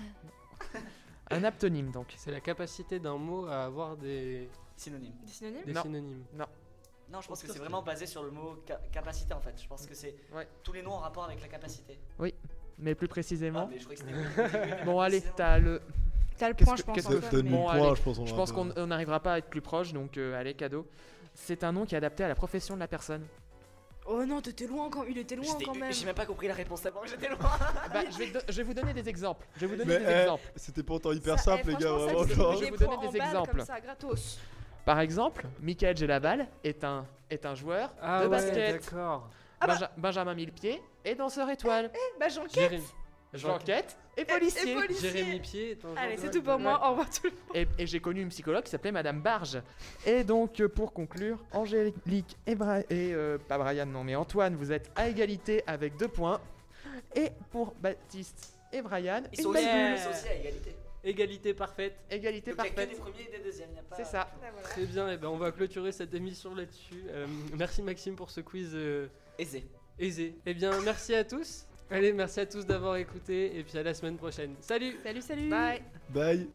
Un aptonyme donc. C'est la capacité d'un mot à avoir des, Synonyme. Des synonymes? des Non. synonymes. Non, je pense que c'est vraiment basé sur le mot ca- capacité en fait. Je pense que c'est Ouais. tous les noms en rapport avec la capacité. Mais plus Ah, précisément. mais je croyais que c'était. oui, oui, oui, mais Bon, allez, précisément. t'as le. T'as le Qu'est-ce point, que- je pense. qu'est-ce en que- soi, Donne-nous mais- Bon, le point, allez. je pense. on Je aura pense pas- qu'on on n'arrivera pas à être plus proche, donc euh, allez, cadeau. C'est un nom qui est adapté à la profession de la personne. Oh non, t'étais loin quand il était loin J'étais- quand même. J'ai même pas compris la réponse tellement que j'étais loin. Bah, je, vais te do- je vais vous donner des exemples. Je vais vous donner Mais, des eh, exemples. C'était pourtant hyper Ça- simple eh, les gars, franchement, ça vraiment fait genre. Je vais des vous donner points en des balle exemples. Comme ça, gratos. Par exemple, Michael Gelabal est un, est un joueur Ah de ouais, basket. d'accord. Ah bah- Benja- Benjamin Millepied est danseur étoile. Bah, j'enquête. Jérémy. J'enquête et Et- policier. et policier. Jérémy Pied est un Allez, genre c'est de- tout pour moi. Au revoir tout le monde. Et, et j'ai connu une psychologue qui s'appelait Madame Barge. Et donc, euh, pour conclure, Angélique et, Bra- et euh, pas Brian, non, mais Antoine, vous êtes à égalité avec deux points. Et pour Baptiste et Brian, Ils une sont belle aussi, bulle. ils sont aussi à égalité. égalité parfaite. Égalité Donc, il y a que parfaite. des premiers et des deuxièmes. il y a pas- C'est ça. Ah, voilà. Très bien, et ben on va clôturer cette émission là-dessus. Euh, merci Maxime pour ce quiz euh, Aisé. aisé. Eh bien, merci à tous. Allez, merci à tous d'avoir écouté, et puis à la semaine prochaine. Salut! Salut, salut. Bye. Bye.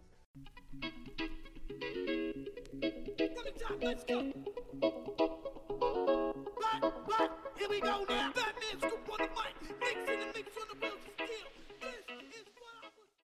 From the top, let's go. Right, right, here we go now. Batman scoop on the mic, mix in the mix on